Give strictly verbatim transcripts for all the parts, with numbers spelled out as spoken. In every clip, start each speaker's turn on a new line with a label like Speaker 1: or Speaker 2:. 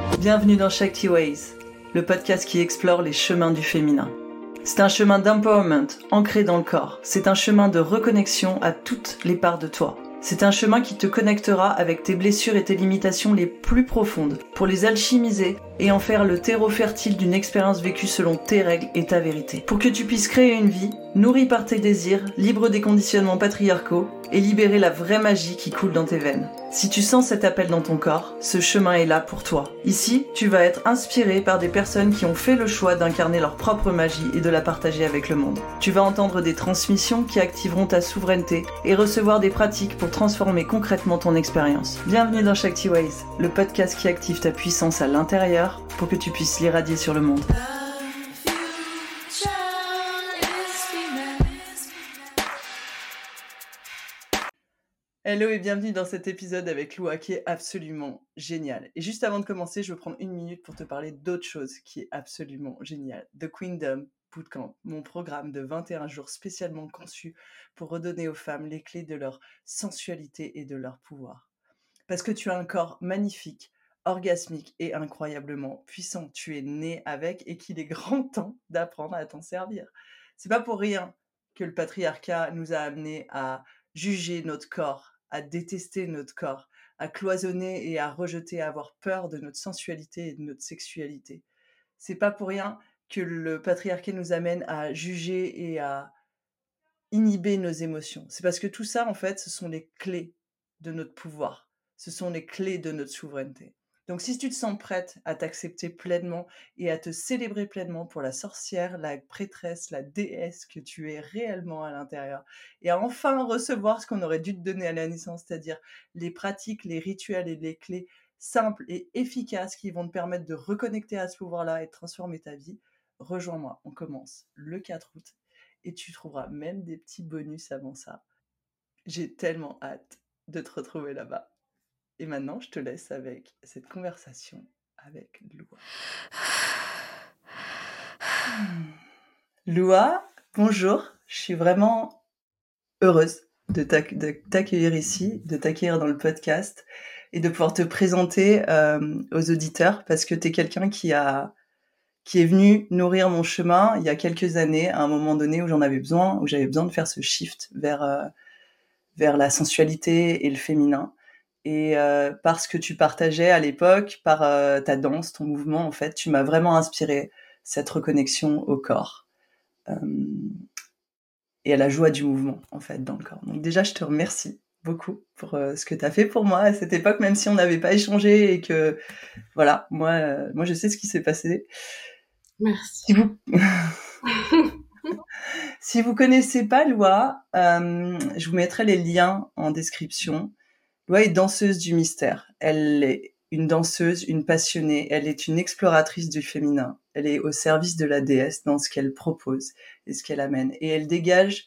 Speaker 1: Bienvenue dans Shakti Ways, le podcast qui explore les chemins du féminin. C'est un chemin d'empowerment ancré dans le corps. C'est un chemin de reconnexion à toutes les parts de toi. C'est un chemin qui te connectera avec tes blessures et tes limitations les plus profondes pour les alchimiser et en faire le terreau fertile d'une expérience vécue selon tes règles et ta vérité. Pour que tu puisses créer une vie nourrie par tes désirs, libre des conditionnements patriarcaux et libérer la vraie magie qui coule dans tes veines. Si tu sens cet appel dans ton corps, ce chemin est là pour toi. Ici, tu vas être inspiré par des personnes qui ont fait le choix d'incarner leur propre magie et de la partager avec le monde. Tu vas entendre des transmissions qui activeront ta souveraineté et recevoir des pratiques pour transformer concrètement ton expérience. Bienvenue dans Shakti Ways, le podcast qui active ta puissance à l'intérieur pour que tu puisses l'irradier sur le monde. Hello et bienvenue dans cet épisode avec Loua qui est absolument génial. Et juste avant de commencer, je veux prendre une minute pour te parler d'autre chose qui est absolument génial. The Queendom Bootcamp, mon programme de vingt et un jours spécialement conçu pour redonner aux femmes les clés de leur sensualité et de leur pouvoir. Parce que tu as un corps magnifique, orgasmique et incroyablement puissant. Tu es né avec et qu'il est grand temps d'apprendre à t'en servir. C'est pas pour rien que le patriarcat nous a amenés à juger notre corps, à détester notre corps, à cloisonner et à rejeter, à avoir peur de notre sensualité et de notre sexualité. C'est pas pour rien que le patriarcat nous amène à juger et à inhiber nos émotions. C'est parce que tout ça, en fait, ce sont les clés de notre pouvoir. Ce sont les clés de notre souveraineté. Donc, si tu te sens prête à t'accepter pleinement et à te célébrer pleinement pour la sorcière, la prêtresse, la déesse que tu es réellement à l'intérieur, et à enfin recevoir ce qu'on aurait dû te donner à la naissance, c'est-à-dire les pratiques, les rituels et les clés simples et efficaces qui vont te permettre de reconnecter à ce pouvoir-là et de transformer ta vie, rejoins-moi. On commence le quatre août et tu trouveras même des petits bonus avant ça. J'ai tellement hâte de te retrouver là-bas. Et maintenant, je te laisse avec cette conversation avec Loua. Loua, bonjour. Je suis vraiment heureuse de, t'ac- de t'accueillir ici, de t'accueillir dans le podcast et de pouvoir te présenter euh, aux auditeurs parce que tu es quelqu'un qui a qui est venu nourrir mon chemin il y a quelques années, à un moment donné où j'en avais besoin, où j'avais besoin de faire ce shift vers euh, vers la sensualité et le féminin. Et euh, parce que tu partageais à l'époque, par euh, ta danse, ton mouvement, en fait, tu m'as vraiment inspiré cette reconnexion au corps euh, et à la joie du mouvement, en fait, dans le corps. Donc déjà, je te remercie beaucoup pour euh, ce que tu as fait pour moi à cette époque, même si on n'avait pas échangé et que, voilà, moi, euh, moi je sais ce qui s'est passé.
Speaker 2: Merci.
Speaker 1: Si vous... si vous connaissez pas Loua, euh, je vous mettrai les liens en description. Loua est danseuse du mystère. Elle est une danseuse, une passionnée. Elle est une exploratrice du féminin. Elle est au service de la déesse dans ce qu'elle propose et ce qu'elle amène. Et elle dégage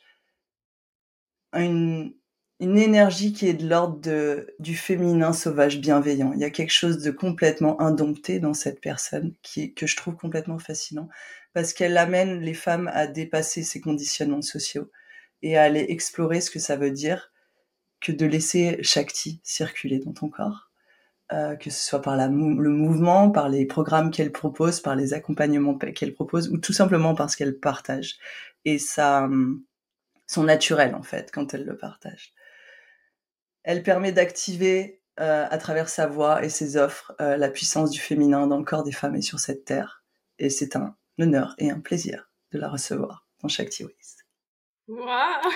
Speaker 1: une, une énergie qui est de l'ordre de, du féminin sauvage bienveillant. Il y a quelque chose de complètement indompté dans cette personne qui, que je trouve complètement fascinant parce qu'elle amène les femmes à dépasser ces conditionnements sociaux et à aller explorer ce que ça veut dire que de laisser Shakti circuler dans ton corps, euh, que ce soit par la mou- le mouvement, par les programmes qu'elle propose, par les accompagnements qu'elle propose, ou tout simplement parce qu'elle partage. Et ça, hum, son naturel en fait, quand elle le partage. Elle permet d'activer euh, à travers sa voix et ses offres euh, la puissance du féminin dans le corps des femmes et sur cette terre. Et c'est un honneur et un plaisir de la recevoir dans Shakti Ways.
Speaker 2: Wow.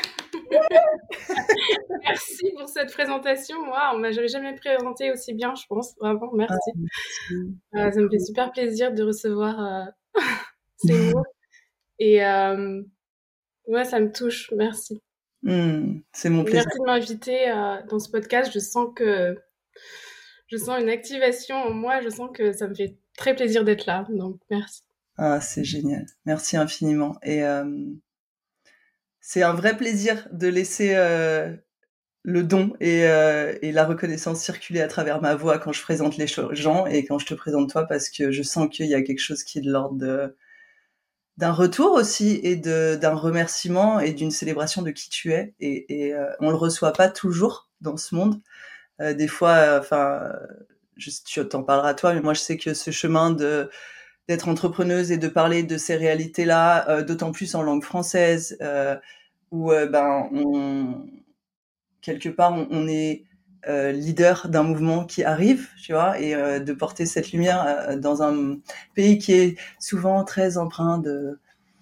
Speaker 2: Merci pour cette présentation. Wow, bah, je n'avais jamais présenté aussi bien, je pense. Vraiment, merci.
Speaker 1: Ah, merci.
Speaker 2: Euh, ça me fait super plaisir de recevoir euh, ces mots. Et euh, ouais, ça me touche. Merci.
Speaker 1: Mmh, c'est mon plaisir.
Speaker 2: Merci de m'inviter euh, dans ce podcast. Je sens que je sens une activation en moi. Je sens que ça me fait très plaisir d'être là. Donc, merci.
Speaker 1: Ah, c'est génial. Merci infiniment. Et euh, c'est un vrai plaisir de laisser euh, le don et, euh, et la reconnaissance circuler à travers ma voix quand je présente les gens et quand je te présente toi parce que je sens qu'il y a quelque chose qui est de l'ordre de, d'un retour aussi et de, d'un remerciement et d'une célébration de qui tu es. Et, et euh, on le reçoit pas toujours dans ce monde. Euh, des fois, enfin... Euh, je, tu t'en parleras toi, mais moi je sais que ce chemin de d'être entrepreneuse et de parler de ces réalités-là, euh, d'autant plus en langue française, euh, où euh, ben on quelque part on, on est euh, leader d'un mouvement qui arrive, tu vois, et euh, de porter cette lumière euh, dans un pays qui est souvent très empreint de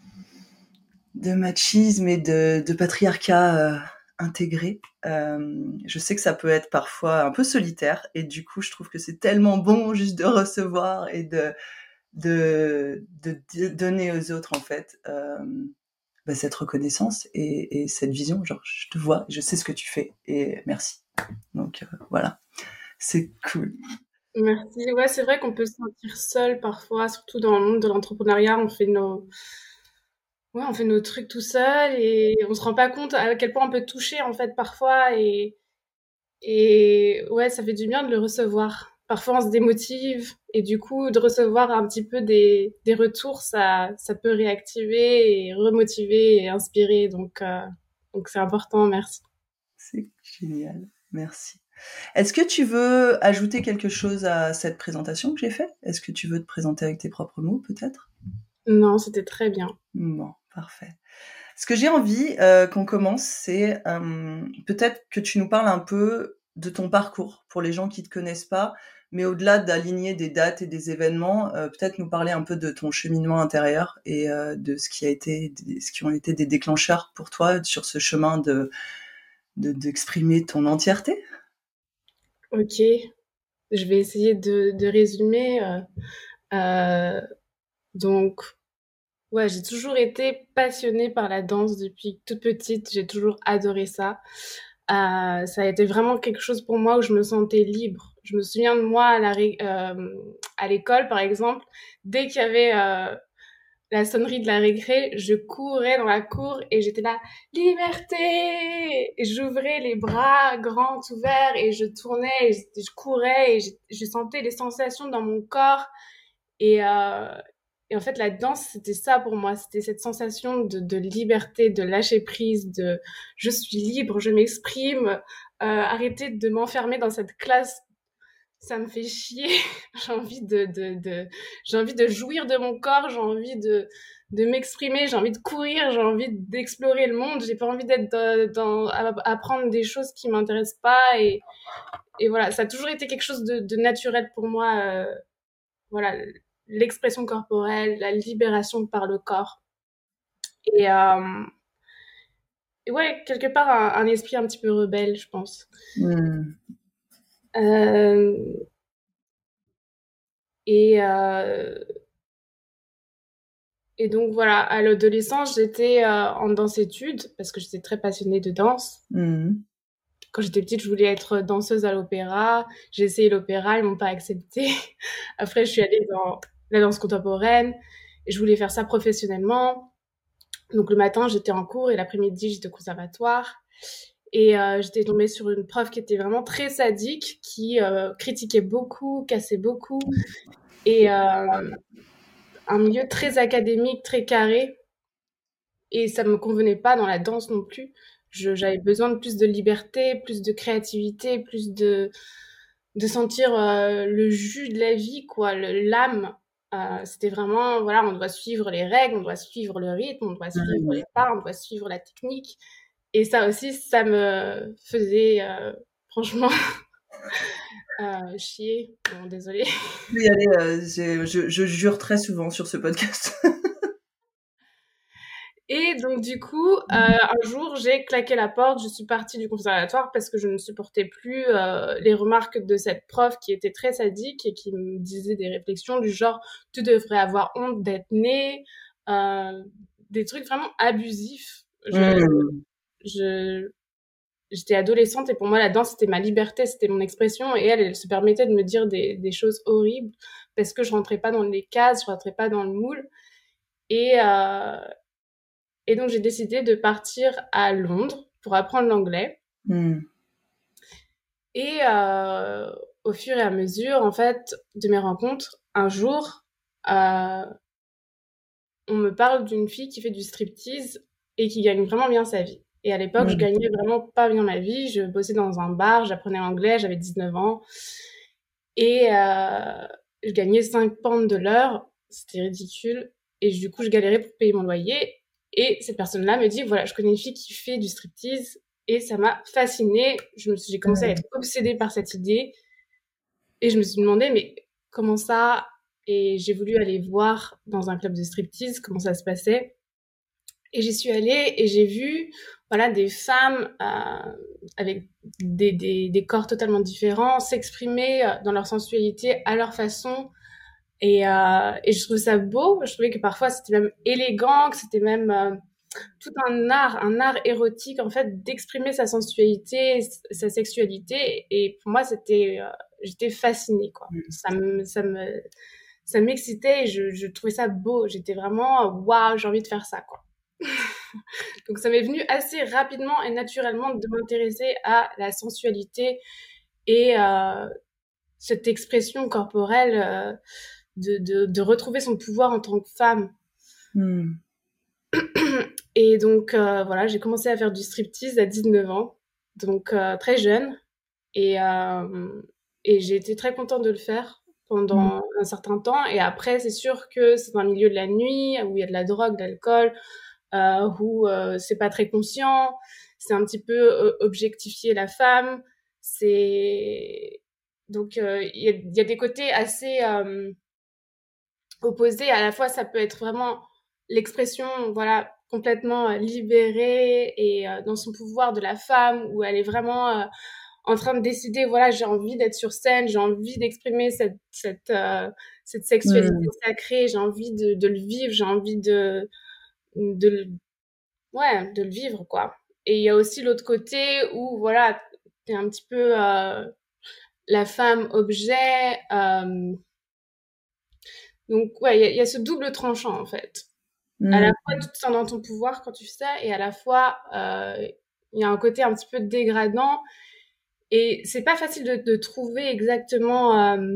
Speaker 1: de machisme et de, de patriarcat euh, intégré. Euh, je sais que ça peut être parfois un peu solitaire, et du coup, je trouve que c'est tellement bon juste de recevoir et de de, de, de donner aux autres en fait euh, bah, cette reconnaissance et, et cette vision. Genre, je te vois, je sais ce que tu fais, et merci. Donc euh, voilà, c'est cool.
Speaker 2: Merci. Ouais, c'est vrai qu'on peut se sentir seul parfois, surtout dans le monde de l'entrepreneuriat. On fait nos, ouais, on fait nos trucs tout seul et on se rend pas compte à quel point on peut toucher en fait parfois. Et, et ouais, ça fait du bien de le recevoir. Parfois, on se démotive et du coup, de recevoir un petit peu des, des retours, ça, ça peut réactiver et remotiver et inspirer. Donc, euh, donc c'est important. Merci.
Speaker 1: C'est génial, merci. Est-ce que tu veux ajouter quelque chose à cette présentation que j'ai faite? Est-ce que tu veux te présenter avec tes propres mots, peut-être?
Speaker 2: Non, c'était très bien.
Speaker 1: Bon, parfait. Ce que j'ai envie euh, qu'on commence, c'est euh, peut-être que tu nous parles un peu de ton parcours pour les gens qui te connaissent pas, mais au-delà d'aligner des dates et des événements, euh, peut-être nous parler un peu de ton cheminement intérieur et euh, de ce qui a été, ce qui ont été des déclencheurs pour toi sur ce chemin de de d'exprimer ton entièreté.
Speaker 2: Ok, je vais essayer de, de résumer. Euh, euh, donc, ouais, j'ai toujours été passionnée par la danse depuis toute petite. J'ai toujours adoré ça. Euh, ça a été vraiment quelque chose pour moi où je me sentais libre. Je me souviens de moi à la ré- euh, à l'école, par exemple, dès qu'il y avait euh, la sonnerie de la récré, je courais dans la cour et j'étais là, liberté! Et j'ouvrais les bras grands ouverts et je tournais et je, je courais et je, je sentais les sensations dans mon corps. Et, euh, et en fait, la danse, c'était ça pour moi. C'était cette sensation de, de liberté, de lâcher prise, de je suis libre, je m'exprime. Euh, arrêter de m'enfermer dans cette classe, ça me fait chier. J'ai envie de, de, de, j'ai envie de jouir de mon corps, j'ai envie de, de m'exprimer, j'ai envie de courir, j'ai envie d'explorer le monde. J'ai pas envie d'être dans, dans, à apprendre des choses qui m'intéressent pas. Et, et voilà, ça a toujours été quelque chose de, de naturel pour moi. Euh, voilà, l'expression corporelle, la libération par le corps. Et, euh, et ouais, quelque part, un, un esprit un petit peu rebelle, je pense.
Speaker 1: Mmh.
Speaker 2: Euh, et, euh, et donc voilà, à l'adolescence, j'étais euh, en danse-études parce que j'étais très passionnée de danse.
Speaker 1: Mmh.
Speaker 2: Quand j'étais petite, je voulais être danseuse à l'opéra. J'ai essayé l'opéra, ils m'ont pas accepté. Après, je suis allée dans la danse contemporaine. Et je voulais faire ça professionnellement. Donc le matin, j'étais en cours et l'après-midi, j'étais au conservatoire. Et euh, j'étais tombée sur une prof qui était vraiment très sadique, qui euh, critiquait beaucoup, cassait beaucoup. Et euh, un milieu très académique, très carré. Et ça me convenait pas dans la danse non plus. Je, j'avais besoin de plus de liberté, plus de créativité, plus de, de sentir euh, le jus de la vie, quoi, le- l'âme. Euh, c'était vraiment, voilà, on doit suivre les règles, on doit suivre le rythme, on doit suivre
Speaker 1: Mmh.
Speaker 2: les pas, on doit suivre la technique. Et ça aussi, ça me faisait euh, franchement euh, chier. Bon, désolée.
Speaker 1: Je vais y aller, euh, j'ai- je, je jure très souvent sur ce podcast.
Speaker 2: Et donc, du coup, euh, un jour, j'ai claqué la porte, je suis partie du conservatoire parce que je ne supportais plus euh, les remarques de cette prof qui était très sadique et qui me disait des réflexions du genre « tu devrais avoir honte d'être née euh, », des trucs vraiment abusifs. Je,
Speaker 1: Mmh.
Speaker 2: je, j'étais adolescente et pour moi, la danse, c'était ma liberté, c'était mon expression. Et elle, elle se permettait de me dire des, des choses horribles parce que je rentrais pas dans les cases, je rentrais pas dans le moule. Et, euh, et donc, j'ai décidé de partir à Londres pour apprendre l'anglais.
Speaker 1: Mmh.
Speaker 2: Et euh, au fur et à mesure, en fait, de mes rencontres, un jour, euh, on me parle d'une fille qui fait du striptease et qui gagne vraiment bien sa vie. Et à l'époque, je
Speaker 1: Mmh.
Speaker 2: gagnais vraiment pas bien ma vie. Je bossais dans un bar, j'apprenais l'anglais, j'avais dix-neuf ans. Et euh, je gagnais cinq pounds de l'heure, c'était ridicule. Et du coup, je galérais pour payer mon loyer. Et cette personne-là me dit, voilà, je connais une fille qui fait du striptease. Et ça m'a fascinée. Je me suis, j'ai commencé à être obsédée par cette idée. Et je me suis demandé, mais comment ça? Et j'ai voulu aller voir dans un club de striptease comment ça se passait. Et j'y suis allée et j'ai vu, voilà, des femmes euh, avec des, des, des corps totalement différents s'exprimer euh, dans leur sensualité à leur façon. Et, euh, et je trouve ça beau. Je trouvais que parfois c'était même élégant, que c'était même euh, tout un art, un art érotique en fait d'exprimer sa sensualité, sa sexualité. Et pour moi, c'était, euh, j'étais fascinée quoi. Ça me, ça me, ça m'excitait et je, je trouvais ça beau. J'étais vraiment waouh, j'ai envie de faire ça quoi. Donc ça m'est venu assez rapidement et naturellement de m'intéresser à la sensualité et euh, cette expression corporelle, euh, de, de, de retrouver son pouvoir en tant que femme.
Speaker 1: Mm.
Speaker 2: Et donc euh, voilà, j'ai commencé à faire du striptease à dix-neuf ans, donc euh, très jeune. Et, euh, et j'ai été très contente de le faire
Speaker 1: Mm.
Speaker 2: pendant un certain temps. Et après, c'est sûr que c'est dans un milieu de la nuit où il y a de la drogue, de l'alcool, euh, où euh, c'est pas très conscient, c'est un petit peu euh, objectifier la femme. C'est donc il euh, y, a, y a des côtés assez euh, opposés. À la fois, ça peut être vraiment l'expression, voilà, complètement euh, libérée et euh, dans son pouvoir de la femme, où elle est vraiment euh, en train de décider, voilà, j'ai envie d'être sur scène, j'ai envie d'exprimer cette, cette, euh, cette sexualité
Speaker 1: Mm.
Speaker 2: sacrée, j'ai envie de, de le vivre, j'ai envie de, de, ouais, de le vivre, quoi. Et il y a aussi l'autre côté où, voilà, t'es un petit peu euh, la femme objet. Euh, donc, ouais, il y, a- il y a ce double tranchant, en fait. À la
Speaker 1: Mm.
Speaker 2: fois, tu te sens dans ton pouvoir quand tu fais ça, et à la fois, euh, il y a un côté un petit peu dégradant. Et c'est pas facile de, de trouver exactement... Euh,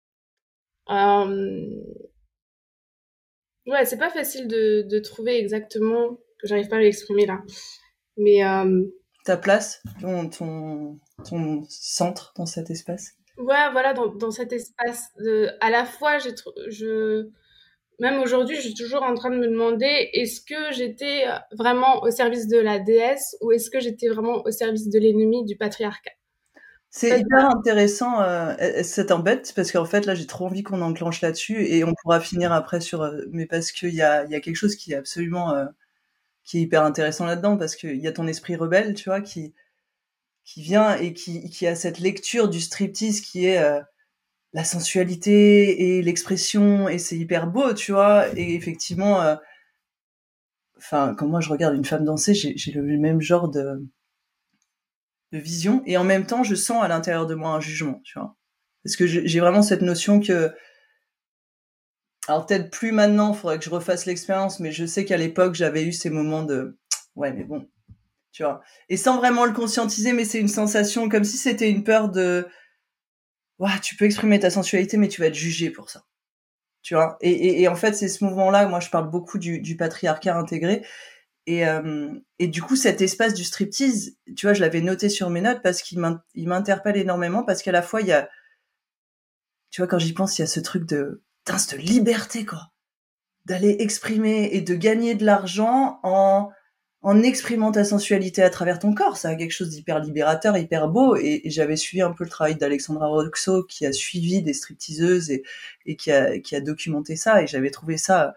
Speaker 2: euh, ouais, c'est pas facile de, de trouver exactement... J'arrive pas à l'exprimer là. Mais... Euh,
Speaker 1: Ta place, ton, ton, ton centre dans cet espace.
Speaker 2: ouais, voilà, dans, dans cet espace de, à la fois, j'ai, tr- je, même aujourd'hui, je suis toujours en train de me demander, est-ce que j'étais vraiment au service de la déesse ou est-ce que j'étais vraiment au service de l'ennemi du patriarcat?
Speaker 1: C'est
Speaker 2: Ça,
Speaker 1: hyper intéressant, euh, et- et ça t'embête parce qu'en fait là j'ai trop envie qu'on enclenche là-dessus et on pourra finir après sur, euh, mais parce qu'il y a, il y a quelque chose qui est absolument, euh, qui est hyper intéressant là-dedans parce qu'il y a ton esprit rebelle, tu vois, qui, qui vient et qui, qui a cette lecture du striptease qui est euh, la sensualité et l'expression et c'est hyper beau, tu vois, et effectivement, euh, enfin quand moi je regarde une femme danser, j'ai, j'ai le même genre de, de vision et en même temps je sens à l'intérieur de moi un jugement, tu vois. Parce que j'ai vraiment cette notion que, alors peut-être plus maintenant, il faudrait que je refasse l'expérience, mais je sais qu'à l'époque j'avais eu ces moments de ouais mais bon, tu vois. Et sans vraiment le conscientiser, mais c'est une sensation comme si c'était une peur de ouais, tu peux exprimer ta sensualité, mais tu vas être jugé pour ça, tu vois. Et, et, et en fait c'est ce mouvement-là, moi je parle beaucoup du, du patriarcat intégré. Et, euh, et du coup, cet espace du striptease, tu vois, je l'avais noté sur mes notes parce qu'il m'interpelle énormément parce qu'à la fois, il y a, tu vois, quand j'y pense, il y a ce truc de, putain, de liberté, quoi. D'aller exprimer et de gagner de l'argent en, en exprimant ta sensualité à travers ton corps. Ça a quelque chose d'hyper libérateur, hyper beau. Et, et j'avais suivi un peu le travail d'Alexandra Roxo qui a suivi des stripteaseuses et, et qui a, qui a documenté ça. Et j'avais trouvé ça,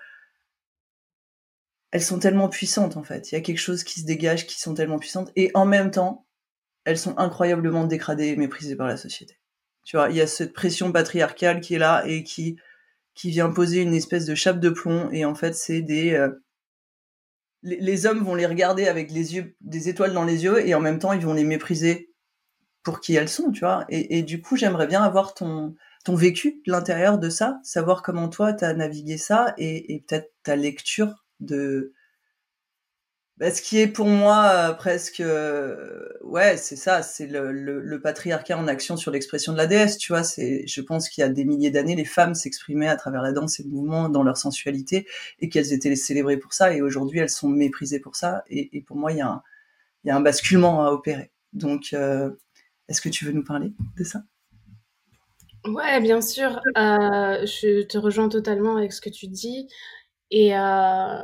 Speaker 1: elles sont tellement puissantes, en fait. Il y a quelque chose qui se dégage, qui sont tellement puissantes. Et en même temps, elles sont incroyablement dégradées et méprisées par la société. Tu vois, il y a cette pression patriarcale qui est là et qui, qui vient poser une espèce de chape de plomb. Et en fait, c'est des, euh, les, les hommes vont les regarder avec les yeux, des étoiles dans les yeux, et en même temps, ils vont les mépriser pour qui elles sont, tu vois. Et, et du coup, j'aimerais bien avoir ton, ton vécu de l'intérieur de ça, savoir comment toi, t'as navigué ça, et, et peut-être ta lecture de, bah, ce qui est pour moi euh, presque, euh, ouais, c'est ça, c'est le, le, le patriarcat en action sur l'expression de la déesse, tu vois. C'est, je pense qu'il y a des milliers d'années, les femmes s'exprimaient à travers la danse et le mouvement dans leur sensualité, et qu'elles étaient célébrées pour ça, et aujourd'hui elles sont méprisées pour ça. Et, et pour moi, il y a un, il y a un basculement à opérer. Donc, euh, est-ce que tu veux nous parler de ça?
Speaker 2: Ouais, bien sûr, heu, je te rejoins totalement avec ce que tu dis et heu,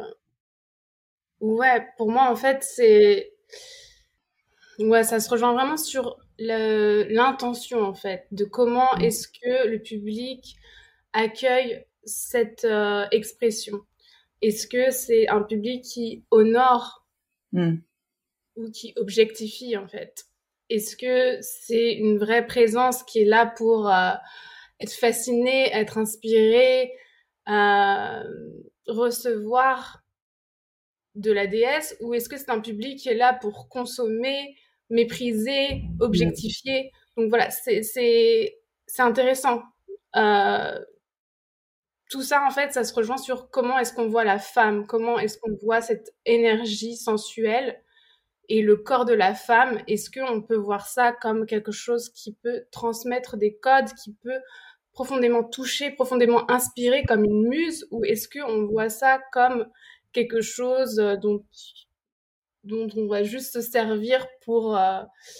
Speaker 2: ouais, pour moi, en fait, c'est ouais, ça se rejoint vraiment sur le l'intention, en fait, de comment
Speaker 1: Mmh.
Speaker 2: est-ce que le public accueille cette, heu, expression. Est-ce que c'est un public qui honore
Speaker 1: Mmh.
Speaker 2: ou qui objectifie, en fait? Est-ce que c'est une vraie présence qui est là pour, heu, être fasciné, être inspiré, heu, recevoir de la déesse, ou est-ce que c'est un public qui est là pour consommer, mépriser,
Speaker 1: Mmh.
Speaker 2: objectifier? Donc voilà, c'est c'est c'est intéressant. Euh, tout ça, en fait, ça se rejoint sur comment est-ce qu'on voit la femme, comment est-ce qu'on voit cette énergie sensuelle et le corps de la femme. Est-ce qu'on peut voir ça comme quelque chose qui peut transmettre des codes, qui peut profondément toucher, profondément inspirer comme une muse, ou est-ce qu'on voit ça comme quelque chose euh, dont dont on va juste se servir pour euh,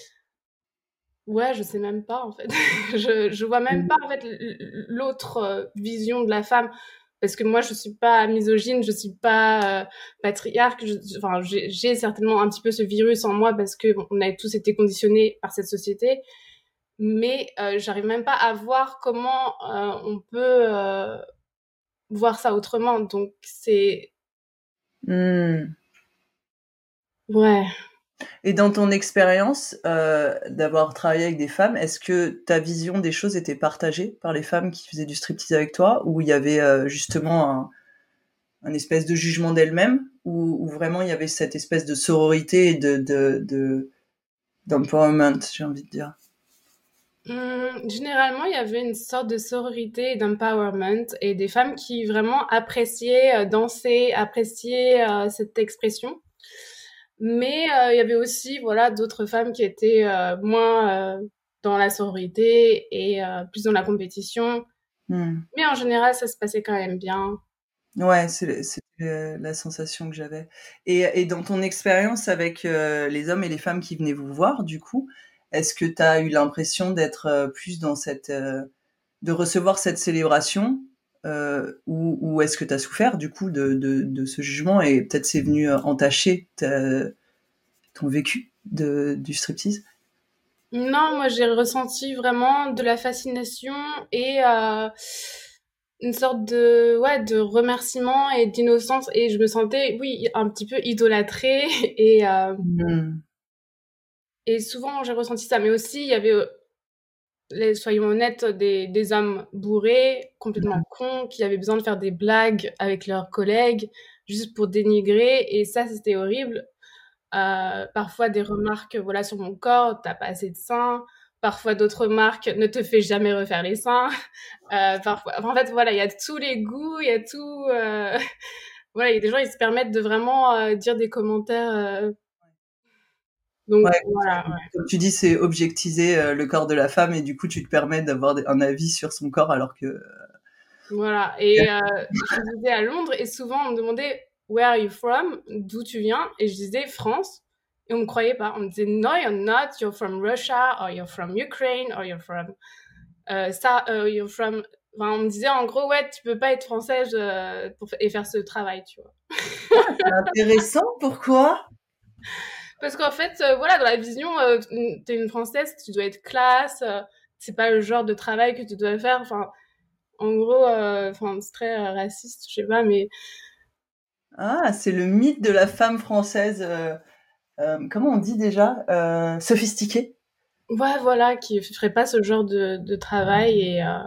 Speaker 2: ouais, je sais même pas en fait. je je vois même pas
Speaker 1: Mmh.
Speaker 2: en fait l'autre euh, vision de la femme, parce que moi je suis pas misogyne, je suis pas euh, patriarque, je- enfin j'ai j'ai certainement un petit peu ce virus en moi parce que bon, on a tous été conditionnés par cette société, mais euh, j'arrive même pas à voir comment euh, on peut euh, voir ça autrement. Donc c'est
Speaker 1: Mmh.
Speaker 2: ouais.
Speaker 1: Et dans ton expérience, heu, d'avoir travaillé avec des femmes, est-ce que ta vision des choses était partagée par les femmes qui faisaient du striptease avec toi? Ou il y avait, heu, justement un un espèce de jugement d'elles-mêmes? Ou ou vraiment il y avait cette espèce de sororité et de de de d'empowerment, j'ai envie de dire?
Speaker 2: Hum, généralement, il y avait une sorte de sororité et d'empowerment et des femmes qui vraiment appréciaient euh, danser, appréciaient euh, cette expression. Mais euh, il y avait aussi, voilà, d'autres femmes qui étaient euh, moins euh, dans la sororité et euh, plus dans la compétition.
Speaker 1: Mmh.
Speaker 2: Mais en général, ça se passait quand même bien.
Speaker 1: Ouais, c'est le c'était le la sensation que j'avais. Et et dans ton expérience avec, heu, les hommes et les femmes qui venaient vous voir, du coup, est-ce que tu as eu l'impression d'être, heu, plus dans cette, heu de recevoir cette célébration, heu, ou ou est-ce que tu as souffert, du coup, de de de ce jugement et peut-être c'est venu, heu, entacher ta ton vécu de du striptease?
Speaker 2: Non, moi j'ai ressenti vraiment de la fascination et euh, une sorte de ouais de remerciement et d'innocence, et je me sentais oui un petit peu idolâtrée et euh,
Speaker 1: Mmh.
Speaker 2: et souvent j'ai ressenti ça, mais aussi il y avait euh, les, soyons honnêtes, des des hommes bourrés complètement cons qui avaient besoin de faire des blagues avec leurs collègues juste pour dénigrer, et ça c'était horrible. Euh, parfois des remarques voilà sur mon corps, t'as pas assez de seins. Parfois d'autres remarques, ne te fais jamais refaire les seins. Euh, parfois, enfin, en fait voilà, il y a tous les goûts, il y a tout. Euh... voilà, il y a des gens ils se permettent de vraiment euh, dire des commentaires. euh, Donc
Speaker 1: Ouais,
Speaker 2: voilà,
Speaker 1: comme
Speaker 2: ouais.
Speaker 1: comme tu dis, c'est objectiser, heu, le corps de la femme et du coup, tu te permets d'avoir des un avis sur son corps alors que
Speaker 2: Voilà. Et euh, je vivais à Londres et souvent on me demandait Where are you from? D'où tu viens? Et je disais France. Et on me croyait pas. On me disait No, you're not. You're from Russia, or you're from Ukraine, or you're from euh, ça, euh, you're from. Enfin, on me disait en gros, ouais, tu peux pas être française euh, pour et faire ce travail, tu vois.
Speaker 1: c'est intéressant, pourquoi?
Speaker 2: Parce qu'en fait, euh, voilà, dans la vision, euh, t'es une française, tu dois être classe, euh, c'est pas le genre de travail que tu dois faire. Enfin, en gros, euh, enfin, c'est très euh, raciste, je sais pas, mais
Speaker 1: Ah, c'est le mythe de la femme française, heu, hem, comment on dit déjà? Heu, sophistiquée?
Speaker 2: ouais, voilà, qui ferait pas ce genre de, de travail. Et, euh,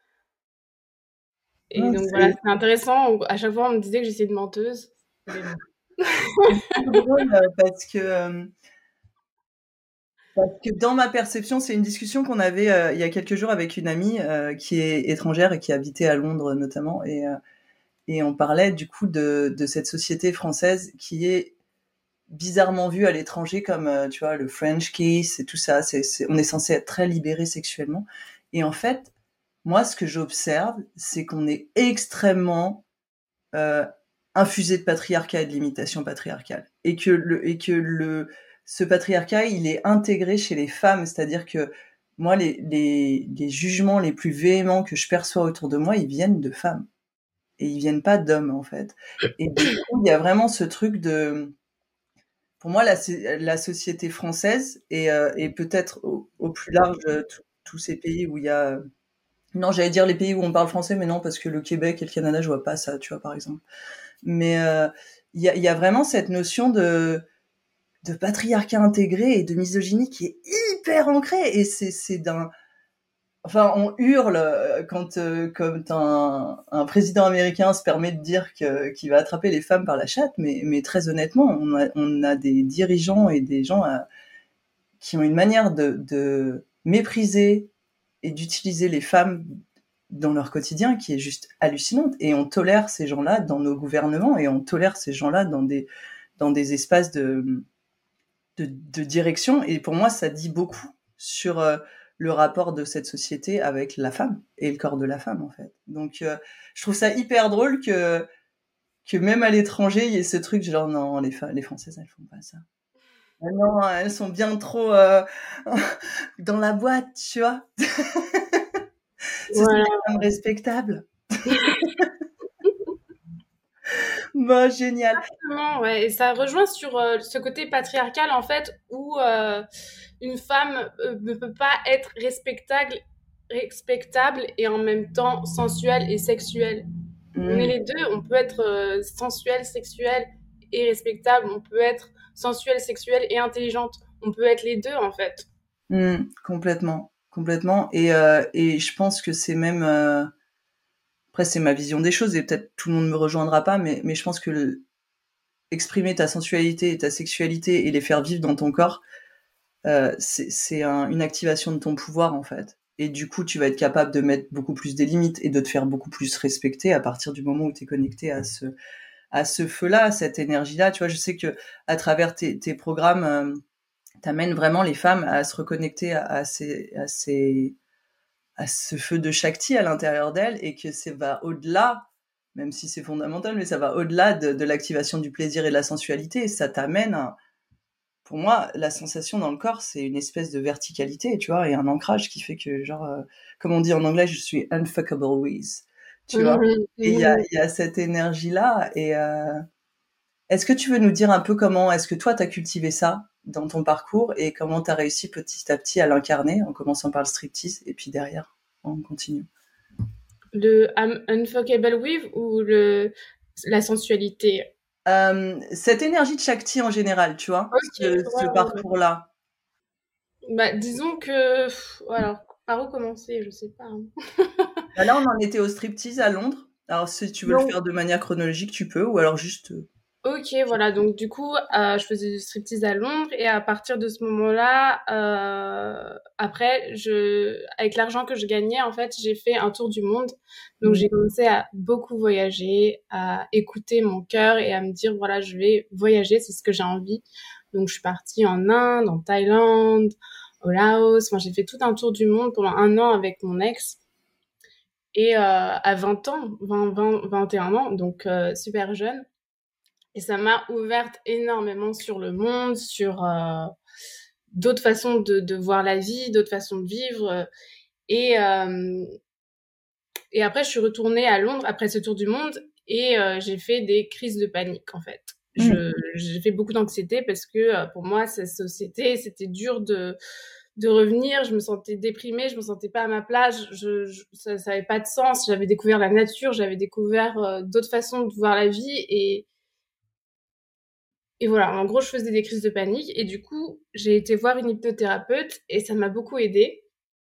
Speaker 2: et
Speaker 1: Ah,
Speaker 2: donc voilà,
Speaker 1: c'est
Speaker 2: c'était intéressant. À chaque fois, on me disait que j'étais une menteuse. Mais bon.
Speaker 1: c'est trop drôle, heu, parce que, hem, parce que dans ma perception, c'est une discussion qu'on avait, heu, il y a quelques jours avec une amie, heu, qui est étrangère et qui habitait à Londres notamment et heu et on parlait du coup de de cette société française qui est bizarrement vue à l'étranger comme, heu, tu vois, le French kiss et tout ça. C'est c'est on est censé être très libéré sexuellement et en fait, moi, ce que j'observe, c'est qu'on est extrêmement, heu, infusé de patriarcat et de limitation patriarcale et que le et que le ce patriarcat, il est intégré chez les femmes. C'est-à-dire que moi, les, les, les jugements les plus véhéments que je perçois autour de moi, ils viennent de femmes. Et ils viennent pas d'hommes, en fait. Et du coup, il y a vraiment ce truc de... Pour moi, la, la société française, et, euh, et peut-être au, au plus large, euh, tous ces pays où il y a... Non, j'allais dire les pays où on parle français, mais non, parce que le Québec et le Canada, je vois pas ça, tu vois, par exemple. Mais euh, il y, a, y a vraiment cette notion de, de patriarcat intégré et de misogynie qui est hyper ancrée. Et c'est, c'est d'un... Enfin, on hurle quand, euh, quand un, un président américain se permet de dire que, qu'il va attraper les femmes par la chatte, mais, mais très honnêtement, on a, on a des dirigeants et des gens à, qui ont une manière de, de mépriser et d'utiliser les femmes dans leur quotidien qui est juste hallucinante. Et on tolère ces gens-là dans nos gouvernements et on tolère ces gens-là dans des, dans des espaces de, de, de direction. Et pour moi, ça dit beaucoup sur euh, le rapport de cette société avec la femme et le corps de la femme, en fait. Donc, euh, je trouve ça hyper drôle que, que même à l'étranger, il y ait ce truc genre, non, les, les Françaises, elles font pas ça. Ah non, elles sont bien trop euh, dans la boîte, tu vois. Ce sont
Speaker 2: Voilà.
Speaker 1: des femmes respectables. Bah, génial.
Speaker 2: Exactement, ouais. Et ça rejoint sur euh, ce côté patriarcal, en fait, où euh, une femme euh, ne peut pas être respectable, respectable et en même temps sensuelle et sexuelle. On est
Speaker 1: Mmh,
Speaker 2: les deux, on peut être euh, sensuelle, sexuelle et respectable, on peut être sensuelle, sexuelle et intelligente. On peut être les deux, en fait.
Speaker 1: mmh, complètement, complètement. Et, euh, et je pense que c'est même... euh, Après, c'est ma vision des choses et peut-être tout le monde me rejoindra pas, mais, mais je pense que le- exprimer ta sensualité et ta sexualité et les faire vivre dans ton corps, euh, c'est c'est un- une activation de ton pouvoir, en fait. Et du coup, tu vas être capable de mettre beaucoup plus des limites et de te faire beaucoup plus respecter à partir du moment où tu es connecté à ce, à ce feu-là, à cette énergie-là. Tu vois, je sais que à travers tes, tes programmes, euh, t'amènes vraiment les femmes à se reconnecter à, à ces, à ces, à ce feu de Shakti à l'intérieur d'elle et que ça va au-delà, même si c'est fondamental, mais ça va au-delà de, de l'activation du plaisir et de la sensualité. Et ça t'amène à, pour moi, la sensation dans le corps, c'est une espèce de verticalité, tu vois, et un ancrage qui fait que, genre, euh, comme on dit en anglais, je suis unfuckable with, tu vois.
Speaker 2: Mhm,
Speaker 1: Et il y a,
Speaker 2: mhm.
Speaker 1: il y a cette énergie-là. Et euh, est-ce que tu veux nous dire un peu comment est-ce que toi, tu as cultivé ça dans ton parcours et comment tu as réussi petit à petit à l'incarner, en commençant par le striptease et puis derrière, on continue.
Speaker 2: Le I'm unfuckable with ou le, la sensualité?
Speaker 1: Euh, cette énergie de Shakti en général, tu vois,
Speaker 2: Ok,
Speaker 1: ce, ce
Speaker 2: ouais, ouais, ouais.
Speaker 1: parcours-là.
Speaker 2: Bah, disons que, pff, alors, par où commencer, je sais pas, hein.
Speaker 1: Bah là, on en était au striptease à Londres. Alors, si tu veux le
Speaker 2: Donc,
Speaker 1: faire de manière chronologique, tu peux, ou alors juste... euh,
Speaker 2: ok, voilà. Donc, du coup, euh, je faisais du striptease à Londres et à partir de ce moment-là, euh, après, je, avec l'argent que je gagnais, en fait, j'ai fait un tour du monde. Donc,
Speaker 1: Mm,
Speaker 2: j'ai commencé à beaucoup voyager, à écouter mon cœur et à me dire, voilà, je vais voyager, c'est ce que j'ai envie. Donc, je suis partie en Inde, en Thaïlande, au Laos. Enfin, j'ai fait tout un tour du monde pendant un an avec mon ex. Et euh, à vingt ans, vingt, vingt, vingt et un ans, donc euh, super jeune. Et ça m'a ouverte énormément sur le monde, sur euh, d'autres façons de, de voir la vie, d'autres façons de vivre. Et, euh, et après, je suis retournée à Londres après ce tour du monde et euh, j'ai fait des crises de panique, en fait.
Speaker 1: mm,
Speaker 2: Je, j'ai fait beaucoup d'anxiété parce que euh, pour moi, cette société, c'était dur de, de revenir. Je me sentais déprimée, je me sentais pas à ma place. Je, je, ça, ça avait pas de sens. J'avais découvert la nature, j'avais découvert euh, d'autres façons de voir la vie et Et voilà, en gros, je faisais des crises de panique et du coup, j'ai été voir une hypnothérapeute et ça m'a beaucoup aidée.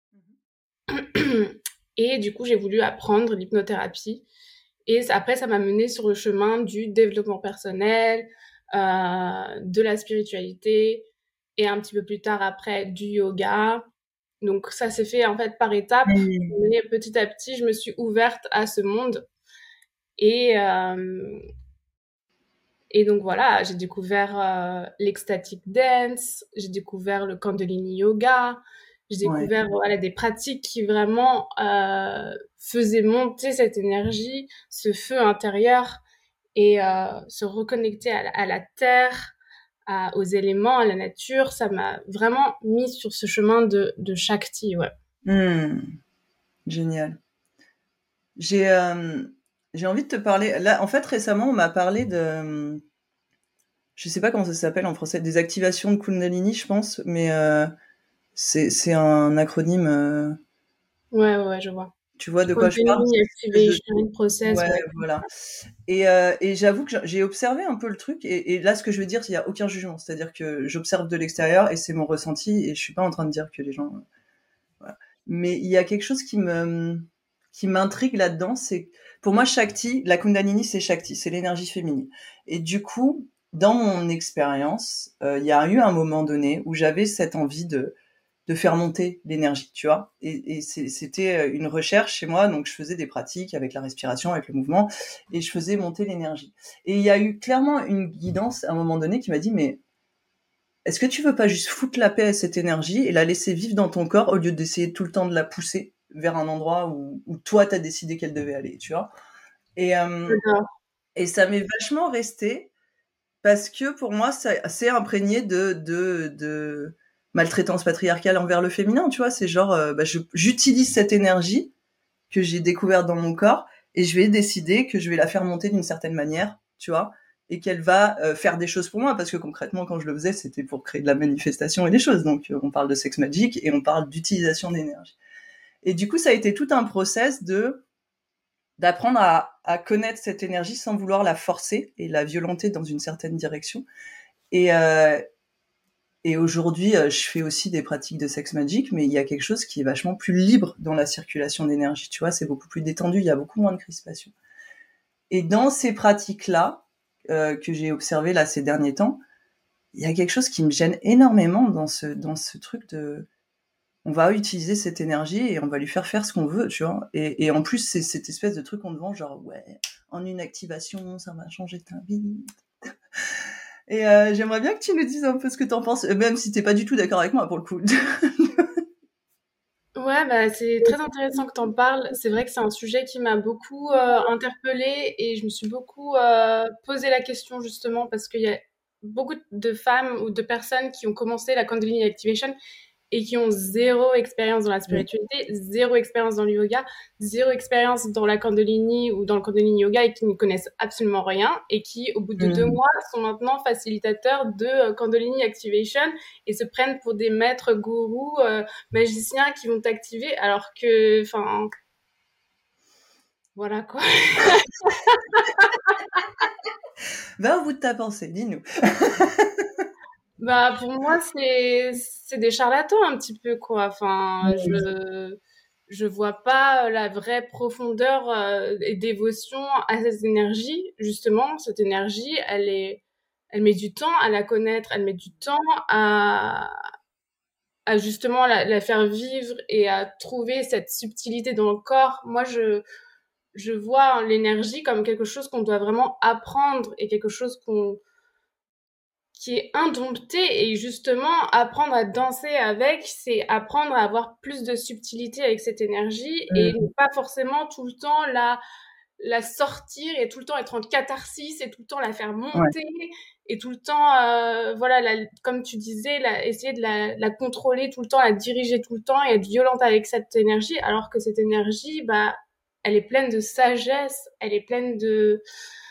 Speaker 2: Et du coup, j'ai voulu apprendre l'hypnothérapie. Et après, ça m'a menée sur le chemin du développement personnel, euh, de la spiritualité et un petit peu plus tard après du yoga. Donc ça s'est fait en fait par étapes.
Speaker 1: mm.
Speaker 2: Mais petit à petit, je me suis ouverte à ce monde et euh, Et donc voilà, j'ai découvert euh, l'ecstatic dance, j'ai découvert le Kundalini yoga, j'ai
Speaker 1: Ouais.
Speaker 2: découvert voilà, des pratiques qui vraiment euh, faisaient monter cette énergie, ce feu intérieur et euh, se reconnecter à la, à la terre, à, aux éléments, à la nature. Ça m'a vraiment mis sur ce chemin de, de Shakti, ouais.
Speaker 1: Mmh. Génial. J'ai, euh, j'ai envie de te parler. Là, en fait, récemment, on m'a parlé de. Je sais pas comment ça s'appelle en français, des activations de Kundalini, je pense, mais euh, c'est, c'est un acronyme. Euh,
Speaker 2: Ouais, ouais, ouais, je vois.
Speaker 1: tu vois de quoi je parle?
Speaker 2: Kundalini
Speaker 1: C'est une espèce
Speaker 2: Activation
Speaker 1: de-
Speaker 2: Process,
Speaker 1: Ouais,
Speaker 2: ouais.
Speaker 1: voilà. Et, euh, et j'avoue que j'ai observé un peu le truc, et, et là, ce que je veux dire, il n'y a aucun jugement. C'est-à-dire que j'observe de l'extérieur et c'est mon ressenti, et je suis pas en train de dire que les gens. Voilà. Mais il y a quelque chose qui me qui m'intrigue là-dedans, c'est pour moi Shakti, la Kundalini c'est Shakti, c'est l'énergie féminine. Et du coup, dans mon expérience, euh, il y a eu un moment donné où j'avais cette envie de de faire monter l'énergie, tu vois. Et, et c'était une recherche chez moi, donc je faisais des pratiques avec la respiration, avec le mouvement, et je faisais monter l'énergie. Et il y a eu clairement une guidance à un moment donné qui m'a dit, mais est-ce que tu veux pas juste foutre la paix à cette énergie et la laisser vivre dans ton corps au lieu d'essayer tout le temps de la pousser vers un endroit où, où toi t'as décidé qu'elle devait aller, tu vois? Et, euh, et ça m'est vachement resté parce que pour moi, ça- c'est imprégné de, de, de maltraitance patriarcale envers le féminin, tu vois? C'est genre, euh, bah, je- j'utilise cette énergie que j'ai découverte dans mon corps et je vais décider que je vais la faire monter d'une certaine manière, tu vois, et qu'elle va euh, faire des choses pour moi, parce que concrètement, quand je le faisais, c'était pour créer de la manifestation et des choses. Donc, euh, on parle de sex magic et on parle d'utilisation d'énergie. Et du coup, ça a été tout un process de d'apprendre à, à connaître cette énergie sans vouloir la forcer et la violenter dans une certaine direction. Et, euh, et aujourd'hui, euh, je fais aussi des pratiques de sex magic, mais il y a quelque chose qui est vachement plus libre dans la circulation d'énergie. Tu vois, c'est beaucoup plus détendu, il y a beaucoup moins de crispation. Et dans ces pratiques-là, euh, que j'ai observées là ces derniers temps, il y a quelque chose qui me gêne énormément dans ce, dans ce truc de on va utiliser cette énergie et on va lui faire faire ce qu'on veut, tu vois. Et, et en plus, c'est cette espèce de truc qu'on te vend, genre, ouais, en une activation, ça va changer ta vie. Et euh, j'aimerais bien que tu nous dises un peu ce que t'en penses, même si t'es pas du tout d'accord avec moi, pour le coup.
Speaker 2: Ouais, bah, c'est très intéressant que tu en parles. C'est vrai que c'est un sujet qui m'a beaucoup euh, interpellée et je me suis beaucoup euh, posé la question justement parce qu'il y a beaucoup de femmes ou de personnes qui ont commencé la Kundalini Activation et qui ont zéro expérience dans la spiritualité, zéro expérience dans le yoga, zéro expérience dans la Kundalini ou dans le Kundalini Yoga et qui ne connaissent absolument rien et qui, au bout de deux
Speaker 1: Mm.
Speaker 2: mois, sont maintenant facilitateurs de euh, Kundalini Activation et se prennent pour des maîtres gourous euh, magiciens qui vont t'activer alors que, enfin, voilà quoi.
Speaker 1: Va au bout de ta pensée, dis-nous.
Speaker 2: Bah, pour moi, c'est c'est des charlatans un petit peu quoi. Enfin, je je vois pas la vraie profondeur euh, et dévotion à cette énergie. Justement, cette énergie, elle est elle met du temps à la connaître, elle met du temps à à justement la, la faire vivre et à trouver cette subtilité dans le corps. Moi, je je vois l'énergie comme quelque chose qu'on doit vraiment apprendre et quelque chose qu'on qui est indompté et justement apprendre à danser avec, c'est apprendre à avoir plus de subtilité avec cette énergie et ne
Speaker 1: Mm.
Speaker 2: pas forcément tout le temps la la sortir et tout le temps être en catharsis et tout le temps la faire
Speaker 1: Ouais.
Speaker 2: monter et tout le temps euh, voilà la, comme tu disais la, essayer de la, la contrôler tout le temps, la diriger tout le temps et être violente avec cette énergie alors que cette énergie bah elle est pleine de sagesse, elle est pleine de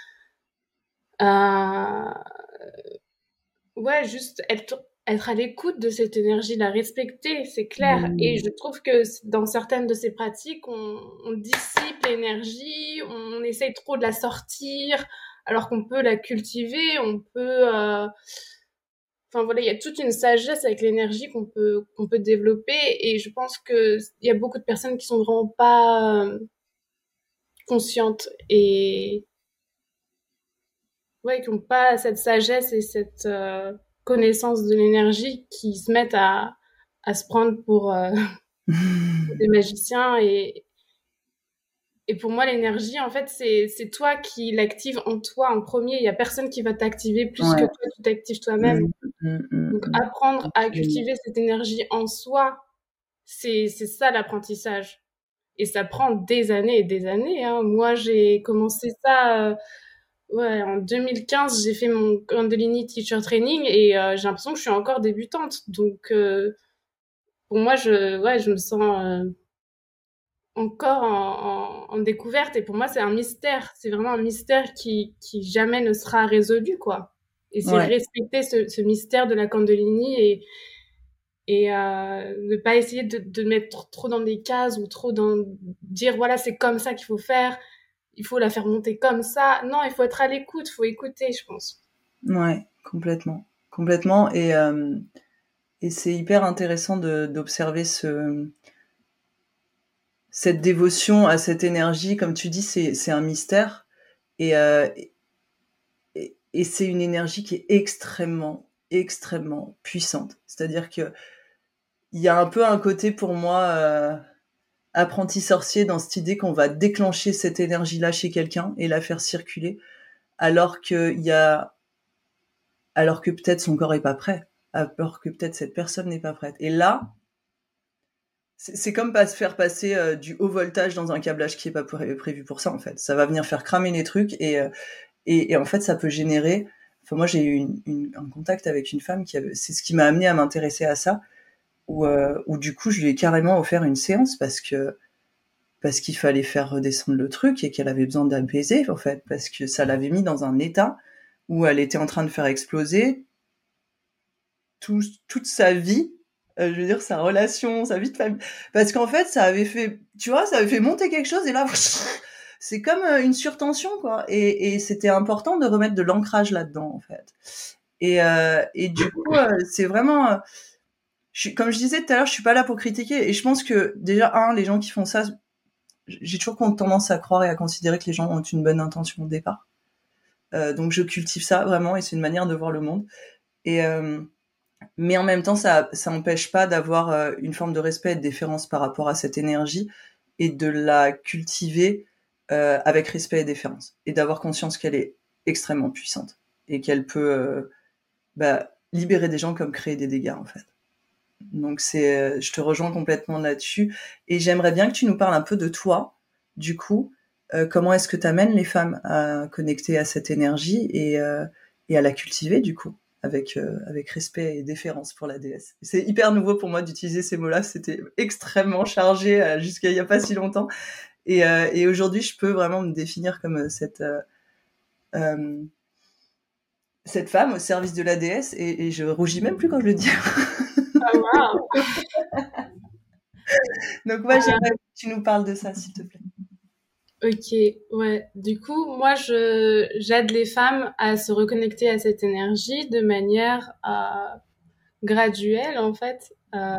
Speaker 2: euh, ouais, juste être, être à l'écoute de cette énergie, la respecter, c'est clair. Et
Speaker 1: Mm.
Speaker 2: je trouve que dans certaines de ces pratiques, on, on dissipe l'énergie, on essaye trop de la sortir, alors qu'on peut la cultiver, on peut... euh, Enfin voilà, il y a toute une sagesse avec l'énergie qu'on peut qu'on peut développer et je pense que il y a beaucoup de personnes qui sont vraiment pas euh, conscientes et ouais, qui n'ont pas cette sagesse et cette euh, connaissance de l'énergie, qui se mettent à, à se prendre pour euh, des magiciens. Et, et pour moi, l'énergie, en fait, c'est, c'est toi qui l'active en toi en premier. Il n'y a personne qui va t'activer plus que
Speaker 1: Ouais.
Speaker 2: toi, tu t'actives toi-même.
Speaker 1: Mm, mm, mm,
Speaker 2: Donc,
Speaker 1: mm.
Speaker 2: apprendre à
Speaker 1: Absolument.
Speaker 2: cultiver cette énergie en soi, c'est, c'est ça l'apprentissage. Et ça prend des années et des années. Hein. Moi, j'ai commencé ça... Euh, ouais, en deux mille quinze, j'ai fait mon Kundalini Teacher Training et euh, j'ai l'impression que je suis encore débutante. Donc, euh, pour moi, je, ouais, je me sens euh, encore en, en, en découverte et pour moi, c'est un mystère. C'est vraiment un mystère qui, qui jamais ne sera résolu, quoi. Et c'est
Speaker 1: Ouais,
Speaker 2: respecter ce, ce mystère de la Kundalini et, et euh, ne pas essayer de, de mettre trop dans des cases ou trop dans dire voilà, c'est comme ça qu'il faut faire, il faut la faire monter comme ça. Non, il faut être à l'écoute, il faut écouter, je pense.
Speaker 1: ouais, complètement, complètement. Et euh, et c'est hyper intéressant de d'observer ce cette dévotion à cette énergie. Comme tu dis, c'est c'est un mystère. Et euh, et, et c'est une énergie qui est extrêmement, extrêmement puissante. C'est-à-dire que il y a un peu un côté pour moi euh, apprenti sorcier dans cette idée qu'on va déclencher cette énergie-là chez quelqu'un et la faire circuler, alors que il y a, alors que peut-être son corps est pas prêt, alors que peut-être cette personne n'est pas prête. Et là, c'est, c'est comme pas se faire passer euh, du haut voltage dans un câblage qui est pas pré- prévu pour ça en fait. Ça va venir faire cramer les trucs et euh, et, et en fait ça peut générer. Enfin moi j'ai eu une, une, un contact avec une femme qui avait, c'est ce qui m'a amené à m'intéresser à ça, où euh, où du coup je lui ai carrément offert une séance parce que parce qu'il fallait faire redescendre le truc et qu'elle avait besoin d'apaiser en fait, parce que ça l'avait mis dans un état où elle était en train de faire exploser tout, toute sa vie, euh, je veux dire sa relation, sa vie de famille, parce qu'en fait ça avait fait, tu vois, ça avait fait monter quelque chose et là c'est comme euh, une surtension quoi, et, et c'était important de remettre de l'ancrage là-dedans en fait. Et, euh, et du coup euh, c'est vraiment, euh, je suis, comme je disais tout à l'heure, je suis pas là pour critiquer et je pense que déjà un, les gens qui font ça, j'ai toujours tendance à croire et à considérer que les gens ont une bonne intention au départ. Euh, donc je cultive ça vraiment et c'est une manière de voir le monde. Et euh, mais en même temps, ça ça empêche pas d'avoir euh, une forme de respect et de déférence par rapport à cette énergie et de la cultiver euh, avec respect et déférence et d'avoir conscience qu'elle est extrêmement puissante et qu'elle peut euh, bah, libérer des gens comme créer des dégâts en fait. Donc c'est, euh, je te rejoins complètement là-dessus et j'aimerais bien que tu nous parles un peu de toi, du coup, euh, comment est-ce que tu amènes les femmes à connecter à cette énergie et, euh, et à la cultiver du coup, avec, euh, avec respect et déférence pour la déesse. C'est hyper nouveau pour moi d'utiliser ces mots-là, c'était extrêmement chargé euh, jusqu'à il y a pas si longtemps et, euh, et aujourd'hui je peux vraiment me définir comme euh, cette euh, euh, cette femme au service de la déesse et, et je rougis même plus quand je le dis.
Speaker 2: Ah, waouh!
Speaker 1: Donc ouais, j'aimerais que tu nous parles de ça s'il te plaît.
Speaker 2: Ok, ouais. Du coup, moi, je j'aide les femmes à se reconnecter à cette énergie de manière euh, graduelle, en fait, euh,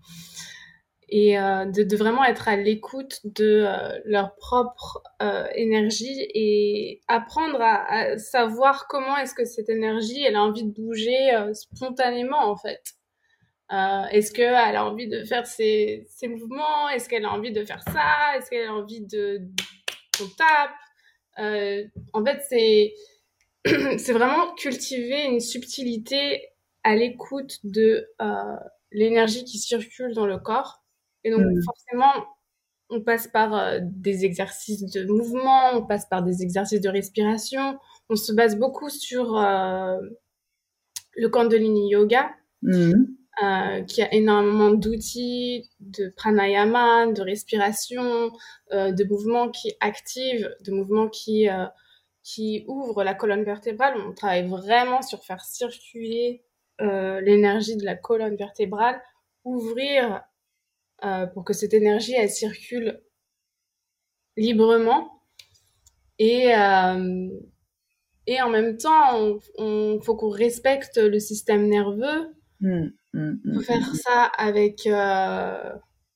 Speaker 2: et euh, de, de vraiment être à l'écoute de euh, leur propre euh, énergie et apprendre à, à savoir comment est-ce que cette énergie, elle a envie de bouger euh, spontanément, en fait. Euh, est-ce qu'elle a envie de faire ses, ses mouvements? Est-ce qu'elle a envie de faire ça? Est-ce qu'elle a envie de qu'on tape? Euh, en fait, c'est c'est vraiment cultiver une subtilité à l'écoute de euh, l'énergie qui circule dans le corps. Et donc,
Speaker 1: Mm.
Speaker 2: forcément, on passe par euh, des exercices de mouvement, on passe par des exercices de respiration. On se base beaucoup sur euh, le Kundalini Yoga,
Speaker 1: Mm.
Speaker 2: euh, qui a énormément d'outils, de pranayama, de respiration, euh, de mouvements qui activent, de mouvements qui, euh, qui ouvrent la colonne vertébrale. On travaille vraiment sur faire circuler euh, l'énergie de la colonne vertébrale, ouvrir euh, pour que cette énergie, elle circule librement. Et, euh, et en même temps, on, on faut qu'on respecte le système nerveux.
Speaker 1: Mm, mm,
Speaker 2: Il faut
Speaker 1: mm,
Speaker 2: faire
Speaker 1: mm.
Speaker 2: ça avec euh,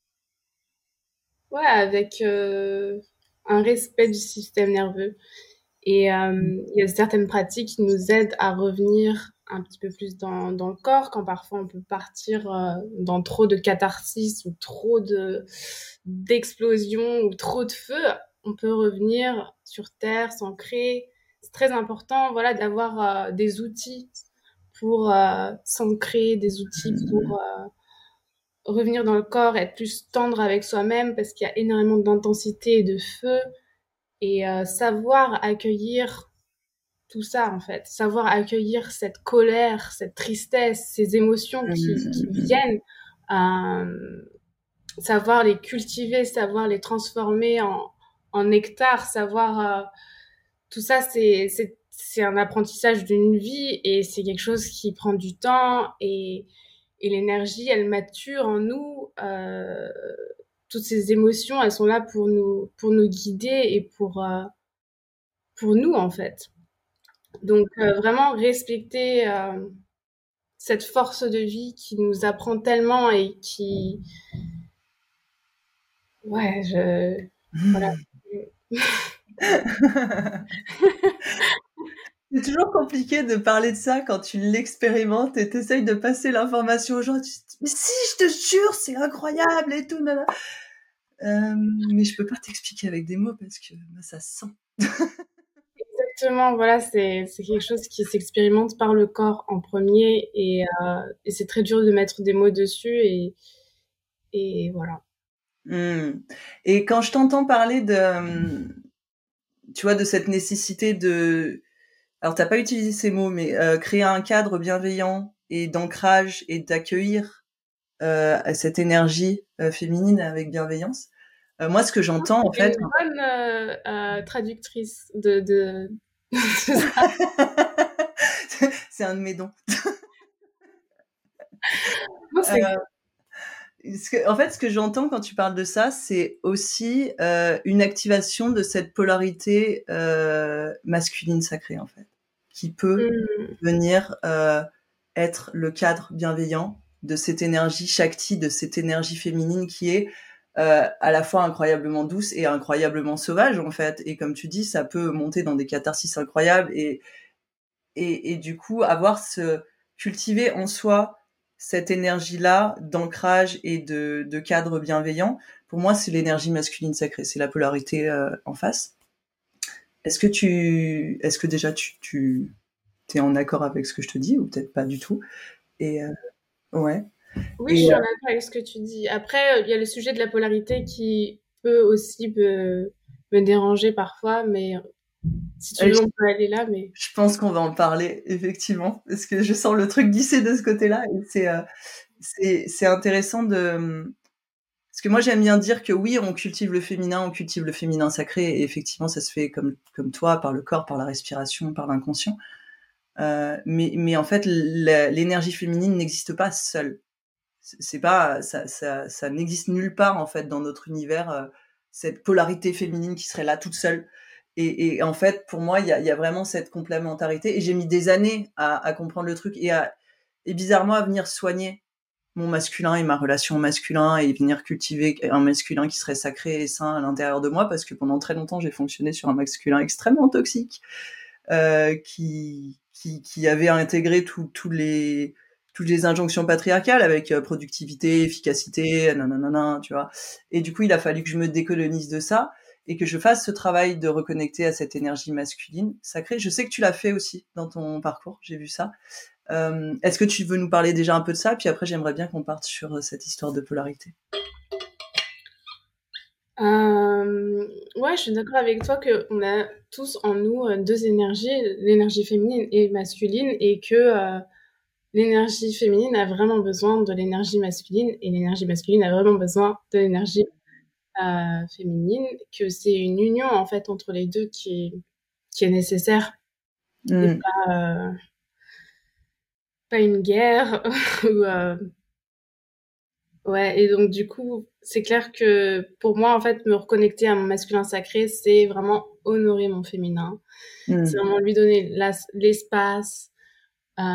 Speaker 2: ouais, avec euh, un respect du système nerveux. Et euh, il y a certaines pratiques qui nous aident à revenir un petit peu plus dans, dans le corps, quand parfois on peut partir euh, dans trop de catharsis ou trop de d'explosion ou trop de feu. On peut revenir sur terre, s'ancrer. C'est très important, voilà, d'avoir euh, des outils pour euh, s'ancrer, des outils pour euh, revenir dans le corps, être plus tendre avec soi-même parce qu'il y a énormément d'intensité et de feu et euh, savoir accueillir tout ça, en fait. Savoir accueillir cette colère, cette tristesse, ces émotions qui, qui viennent, euh, savoir les cultiver, savoir les transformer en, en nectar, savoir... Euh, tout ça, c'est, c'est, c'est un apprentissage d'une vie et c'est quelque chose qui prend du temps et, et l'énergie, elle mature en nous. Euh, toutes ces émotions, elles sont là pour nous, pour nous guider et pour, euh, pour nous, en fait. Donc, euh, vraiment respecter euh, cette force de vie qui nous apprend tellement et qui... Ouais, je... Voilà.
Speaker 1: C'est toujours compliqué de parler de ça quand tu l'expérimentes et t'essayes de passer l'information aux gens. Tu te dis, mais si, je te jure, c'est incroyable et tout. Nana. Euh, mais je peux pas t'expliquer avec des mots parce que bah, ça se sent.
Speaker 2: Exactement, voilà, c'est, c'est quelque chose qui s'expérimente par le corps en premier et, euh, et c'est très dur de mettre des mots dessus et, et voilà.
Speaker 1: Mmh. Et quand je t'entends parler de, tu vois, de cette nécessité de, alors t'as pas utilisé ces mots, mais euh, créer un cadre bienveillant et d'ancrage et d'accueillir euh, cette énergie euh, féminine avec bienveillance. Euh, moi, ce que j'entends en
Speaker 2: C'est
Speaker 1: fait,
Speaker 2: une bonne euh, euh, traductrice de, de, de ça.
Speaker 1: c'est un de mes dons.
Speaker 2: Non, c'est...
Speaker 1: Euh, ce que, en fait, ce que j'entends quand tu parles de ça, c'est aussi euh, une activation de cette polarité euh, masculine sacrée, en fait, qui peut
Speaker 2: Mm.
Speaker 1: venir euh, être le cadre bienveillant de cette énergie Shakti, de cette énergie féminine qui est euh, à la fois incroyablement douce et incroyablement sauvage, en fait. Et comme tu dis, ça peut monter dans des catharsis incroyables et, et, et du coup, avoir ce, cultiver en soi cette énergie-là d'ancrage et de, de cadre bienveillant, pour moi, c'est l'énergie masculine sacrée, c'est la polarité euh, en face. Est-ce que tu, est-ce que déjà tu, tu es en accord avec ce que je te dis ou peut-être pas du tout? Et euh, ouais.
Speaker 2: Oui, je
Speaker 1: Et
Speaker 2: suis
Speaker 1: euh,
Speaker 2: en accord avec ce que tu dis. Après, il y a le sujet de la polarité qui peut aussi me, me déranger parfois, mais si tu veux, on peut aller là, mais...
Speaker 1: je pense qu'on va en parler effectivement parce que je sens le truc glisser de ce côté-là et c'est euh, c'est c'est intéressant de parce que moi j'aime bien dire que oui, on cultive le féminin, on cultive le féminin sacré et effectivement ça se fait comme comme toi par le corps, par la respiration, par l'inconscient. Euh, mais mais en fait la, l'énergie féminine n'existe pas seule. C'est pas ça ça ça n'existe nulle part en fait dans notre univers euh, cette polarité féminine qui serait là toute seule. Et, et en fait, pour moi, il y a, y a vraiment cette complémentarité. Et j'ai mis des années à, à comprendre le truc et, à, et bizarrement à venir soigner mon masculin et ma relation au masculin et venir cultiver un masculin qui serait sacré et sain à l'intérieur de moi parce que pendant très longtemps, j'ai fonctionné sur un masculin extrêmement toxique euh, qui, qui, qui avait intégré tous tous les toutes les injonctions patriarcales avec euh, productivité, efficacité, nanana, tu vois. Et du coup, il a fallu que je me décolonise de ça et que je fasse ce travail de reconnecter à cette énergie masculine sacrée. Je sais que tu l'as fait aussi dans ton parcours, j'ai vu ça. Euh, est-ce que tu veux nous parler déjà un peu de ça? Puis après, j'aimerais bien qu'on parte sur cette histoire de polarité.
Speaker 2: Euh, ouais, je suis d'accord avec toi qu'on a tous en nous euh, deux énergies, l'énergie féminine et masculine, et que euh, l'énergie féminine a vraiment besoin de l'énergie masculine et l'énergie masculine a vraiment besoin de l'énergie euh, féminine, que c'est une union en fait entre les deux qui est, qui est nécessaire et
Speaker 1: Mm.
Speaker 2: pas, euh, pas une guerre ou euh, ouais, et donc du coup, c'est clair que pour moi, en fait, me reconnecter à mon masculin sacré, c'est vraiment honorer mon féminin. C'est
Speaker 1: Mm.
Speaker 2: vraiment lui donner la- l'espace, euh,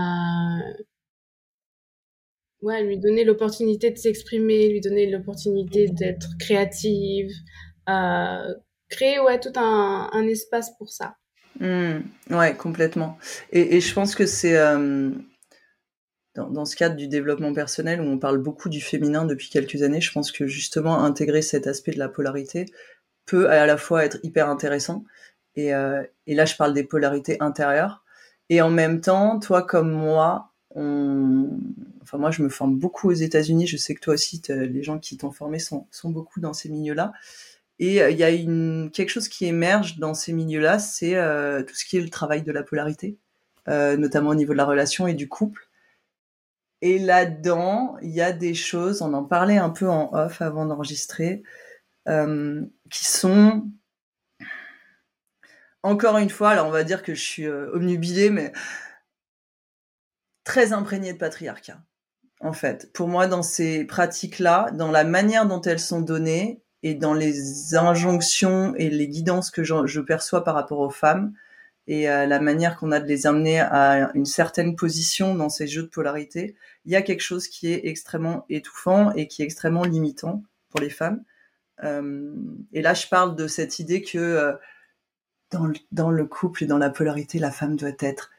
Speaker 2: ouais, lui donner l'opportunité de s'exprimer, lui donner l'opportunité d'être créative, euh, créer, ouais, tout un, un espace pour ça.
Speaker 1: Mm. Ouais, complètement. Et, et je pense que c'est euh, dans, dans ce cadre du développement personnel où on parle beaucoup du féminin depuis quelques années, je pense que justement intégrer cet aspect de la polarité peut à la fois être hyper intéressant. Et, euh, et là, je parle des polarités intérieures. Et en même temps, toi comme moi, on... enfin moi, je me forme beaucoup aux États-Unis. Je sais que toi aussi, les gens qui t'ont formé sont, sont beaucoup dans ces milieux-là. Et il y a une quelque chose qui émerge dans ces milieux-là, c'est euh, tout ce qui est le travail de la polarité, euh, notamment au niveau de la relation et du couple. Et là-dedans, il y a des choses, on en parlait un peu en off avant d'enregistrer, euh, qui sont, encore une fois, alors on va dire que je suis euh, obnubilée, mais très imprégnée de patriarcat, en fait. Pour moi, dans ces pratiques-là, dans la manière dont elles sont données et dans les injonctions et les guidances que je, je perçois par rapport aux femmes, et euh, la manière qu'on a de les amener à une certaine position dans ces jeux de polarité, il y a quelque chose qui est extrêmement étouffant et qui est extrêmement limitant pour les femmes. Euh, et là, je parle de cette idée que euh, dans, le, dans le couple et dans la polarité, la femme doit être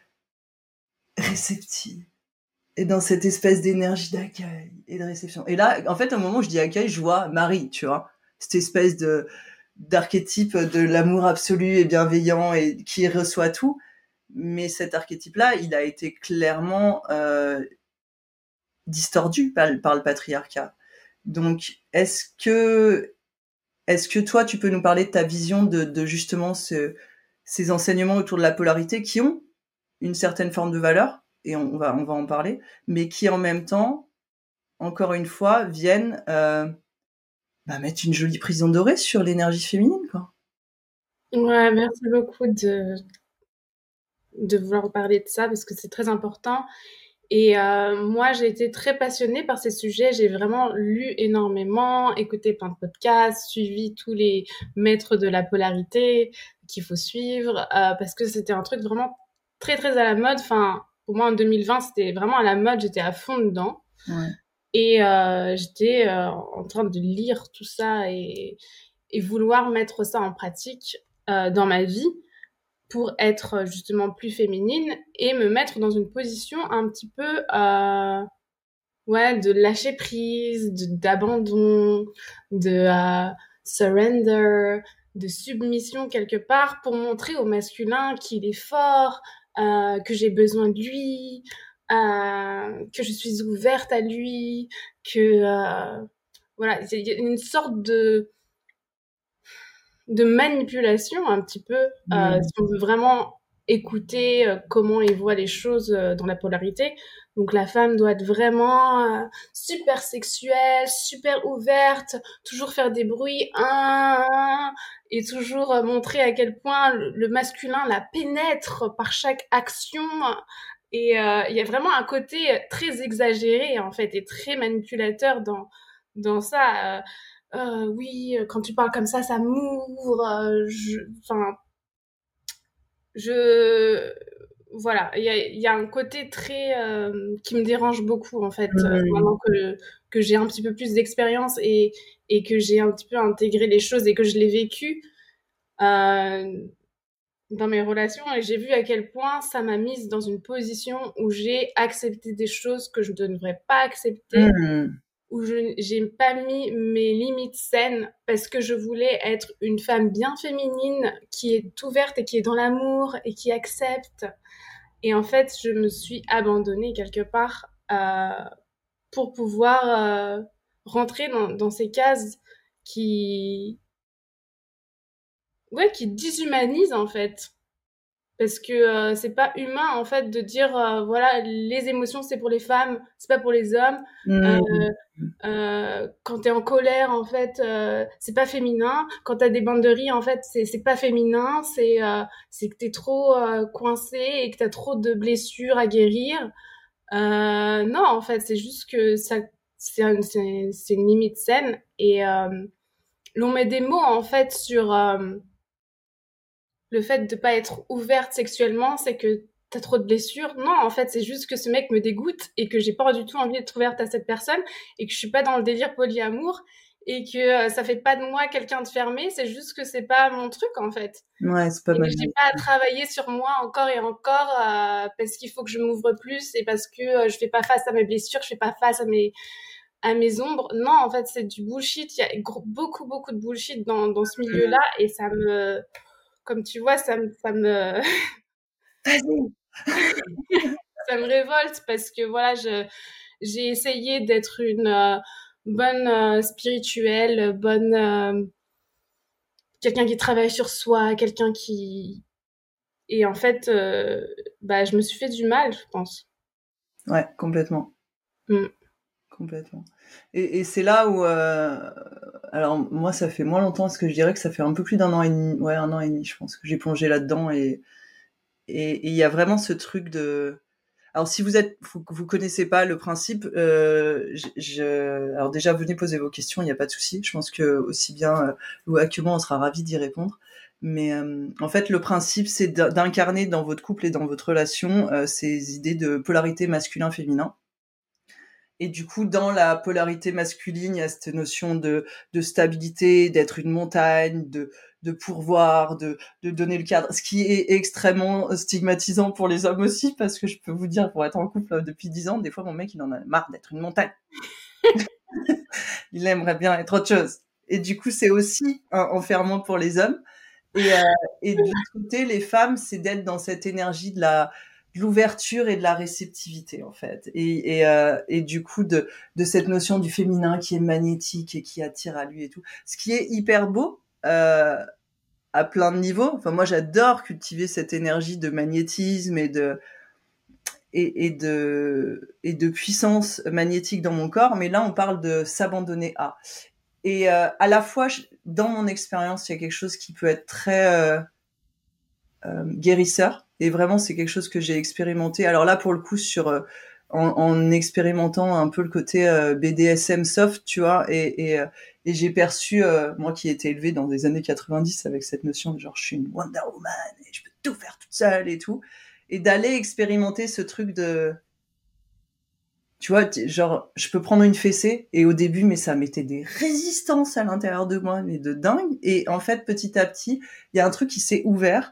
Speaker 1: réceptive. Et dans cette espèce d'énergie d'accueil et de réception. Et là, en fait, au moment où je dis accueil, je vois Marie, tu vois. Cette espèce de d'archétype de l'amour absolu et bienveillant et qui reçoit tout. Mais cet archétype-là, il a été clairement euh, distordu par, par le patriarcat. Donc, est-ce que, est-ce que toi, tu peux nous parler de ta vision de, de justement ce, ces enseignements autour de la polarité qui ont une certaine forme de valeur, et on va, on va en parler, mais qui en même temps, encore une fois, viennent euh, bah, mettre une jolie prison dorée sur l'énergie féminine, quoi.
Speaker 2: Ouais, merci beaucoup de, de vouloir parler de ça parce que c'est très important. Et euh, moi, j'ai été très passionnée par ces sujets. J'ai vraiment lu énormément, écouté plein de podcasts, suivi tous les maîtres de la polarité qu'il faut suivre, euh, parce que c'était un truc vraiment très, très à la mode. Enfin, pour moi, en deux mille vingt, c'était vraiment à la mode. J'étais à fond dedans.
Speaker 1: Ouais.
Speaker 2: Et euh, j'étais euh, en train de lire tout ça et, et vouloir mettre ça en pratique euh, dans ma vie pour être justement plus féminine et me mettre dans une position un petit peu euh, ouais, de lâcher prise, de, d'abandon, de euh, surrender, de submission quelque part pour montrer au masculin qu'il est fort, euh, que j'ai besoin de lui, euh, que je suis ouverte à lui, que euh, voilà, il y a une sorte de de manipulation un petit peu, euh,
Speaker 1: Mmh.
Speaker 2: si on veut vraiment écouter euh, comment ils voient les choses euh, dans la polarité. Donc la femme doit être vraiment euh, super sexuelle, super ouverte, toujours faire des bruits, hein, hein, et toujours euh, montrer à quel point le, le masculin la pénètre par chaque action. Et euh, il y a vraiment un côté très exagéré en fait et très manipulateur dans dans ça. Euh, euh, oui, quand tu parles comme ça, ça m'ouvre. euh, je, enfin, je, voilà, il y a, il y a un côté très euh, qui me dérange beaucoup en fait. euh,
Speaker 1: Mmh.
Speaker 2: maintenant que que j'ai un petit peu plus d'expérience et et que j'ai un petit peu intégré les choses et que je l'ai vécu euh, dans mes relations et j'ai vu à quel point ça m'a mise dans une position où j'ai accepté des choses que je ne devrais pas accepter
Speaker 1: Mmh.
Speaker 2: où je j'ai pas mis mes limites saines parce que je voulais être une femme bien féminine qui est ouverte et qui est dans l'amour et qui accepte. Et en fait, je me suis abandonnée quelque part euh, pour pouvoir euh, rentrer dans, dans ces cases qui, ouais, qui déshumanisent en fait. Parce que euh, c'est pas humain en fait de dire euh, voilà les émotions c'est pour les femmes, c'est pas pour les hommes. Euh,
Speaker 1: Mmh.
Speaker 2: Euh, quand t'es en colère, en fait, euh, c'est pas féminin. Quand t'as des bandes de riz, en fait, c'est c'est pas féminin. C'est euh, c'est que t'es trop euh, coincé et que t'as trop de blessures à guérir. Euh, non, en fait, c'est juste que ça, c'est un- c'est c'est une limite saine. Et euh, l'on met des mots en fait sur euh, le fait de pas être ouverte sexuellement, c'est que t'as trop de blessures. Non, en fait, c'est juste que ce mec me dégoûte et que j'ai pas du tout envie d'être ouverte à cette personne et que je suis pas dans le délire polyamour et que euh, ça fait pas de moi quelqu'un de fermé, c'est juste que c'est pas mon truc en fait.
Speaker 1: Ouais, c'est pas
Speaker 2: Et
Speaker 1: mal.
Speaker 2: j'ai pas à travailler sur moi encore et encore euh, parce qu'il faut que je m'ouvre plus et parce que euh, je fais pas face à mes blessures, je fais pas face à mes à mes ombres. Non, en fait, c'est du bullshit. Il y a gros- beaucoup beaucoup de bullshit dans dans ce
Speaker 1: Mmh.
Speaker 2: milieu-là et ça me comme tu vois, ça me, ça me,
Speaker 1: Vas-y.
Speaker 2: ça me révolte parce que voilà, je, j'ai essayé d'être une euh, bonne euh, spirituelle, bonne, euh, quelqu'un qui travaille sur soi, quelqu'un qui... Et en fait, euh, bah, je me suis fait du mal, je pense.
Speaker 1: Ouais, complètement.
Speaker 2: Mm.
Speaker 1: Complètement. Et, et c'est là où, euh, alors moi ça fait moins longtemps, parce que je dirais que ça fait un peu plus d'un an et demi, ouais un an et demi je pense que j'ai plongé là-dedans et et il y a vraiment ce truc de, alors si vous êtes, vous, vous connaissez pas le principe, euh, je, je, alors déjà venez poser vos questions, il n'y a pas de souci, je pense que aussi bien euh, Loua que moi on sera ravis d'y répondre. Mais euh, en fait le principe c'est d'incarner dans votre couple et dans votre relation euh, ces idées de polarité masculin-féminin. Et du coup, dans la polarité masculine, il y a cette notion de, de stabilité, d'être une montagne, de, de pourvoir, de, de donner le cadre, ce qui est extrêmement stigmatisant pour les hommes aussi, parce que je peux vous dire, pour être en couple depuis dix ans, des fois, mon mec, il en a marre d'être une montagne. Il aimerait bien être autre chose. Et du coup, c'est aussi un enfermement pour les hommes. Et, euh, et de l'autre côté, les femmes, c'est d'être dans cette énergie de la de l'ouverture et de la réceptivité en fait. Et, et, euh, et du coup de, de cette notion du féminin qui est magnétique et qui attire à lui et tout. Ce qui est hyper beau euh, à plein de niveaux. Enfin moi j'adore cultiver cette énergie de magnétisme et de et, et de et de puissance magnétique dans mon corps. Mais là on parle de s'abandonner à. Et euh, à la fois dans mon expérience il y a quelque chose qui peut être très euh, euh, guérisseur. Et vraiment, c'est quelque chose que j'ai expérimenté. Alors là, pour le coup, sur euh, en, en expérimentant un peu le côté euh, B D S M soft, tu vois, et, et, euh, et j'ai perçu, euh, moi qui ai été élevée dans les années quatre-vingt-dix avec cette notion de genre, je suis une Wonder Woman et je peux tout faire toute seule et tout, et d'aller expérimenter ce truc de, tu vois, genre, je peux prendre une fessée et au début, mais ça mettait des résistances à l'intérieur de moi, mais de dingue. Et en fait, petit à petit, il y a un truc qui s'est ouvert.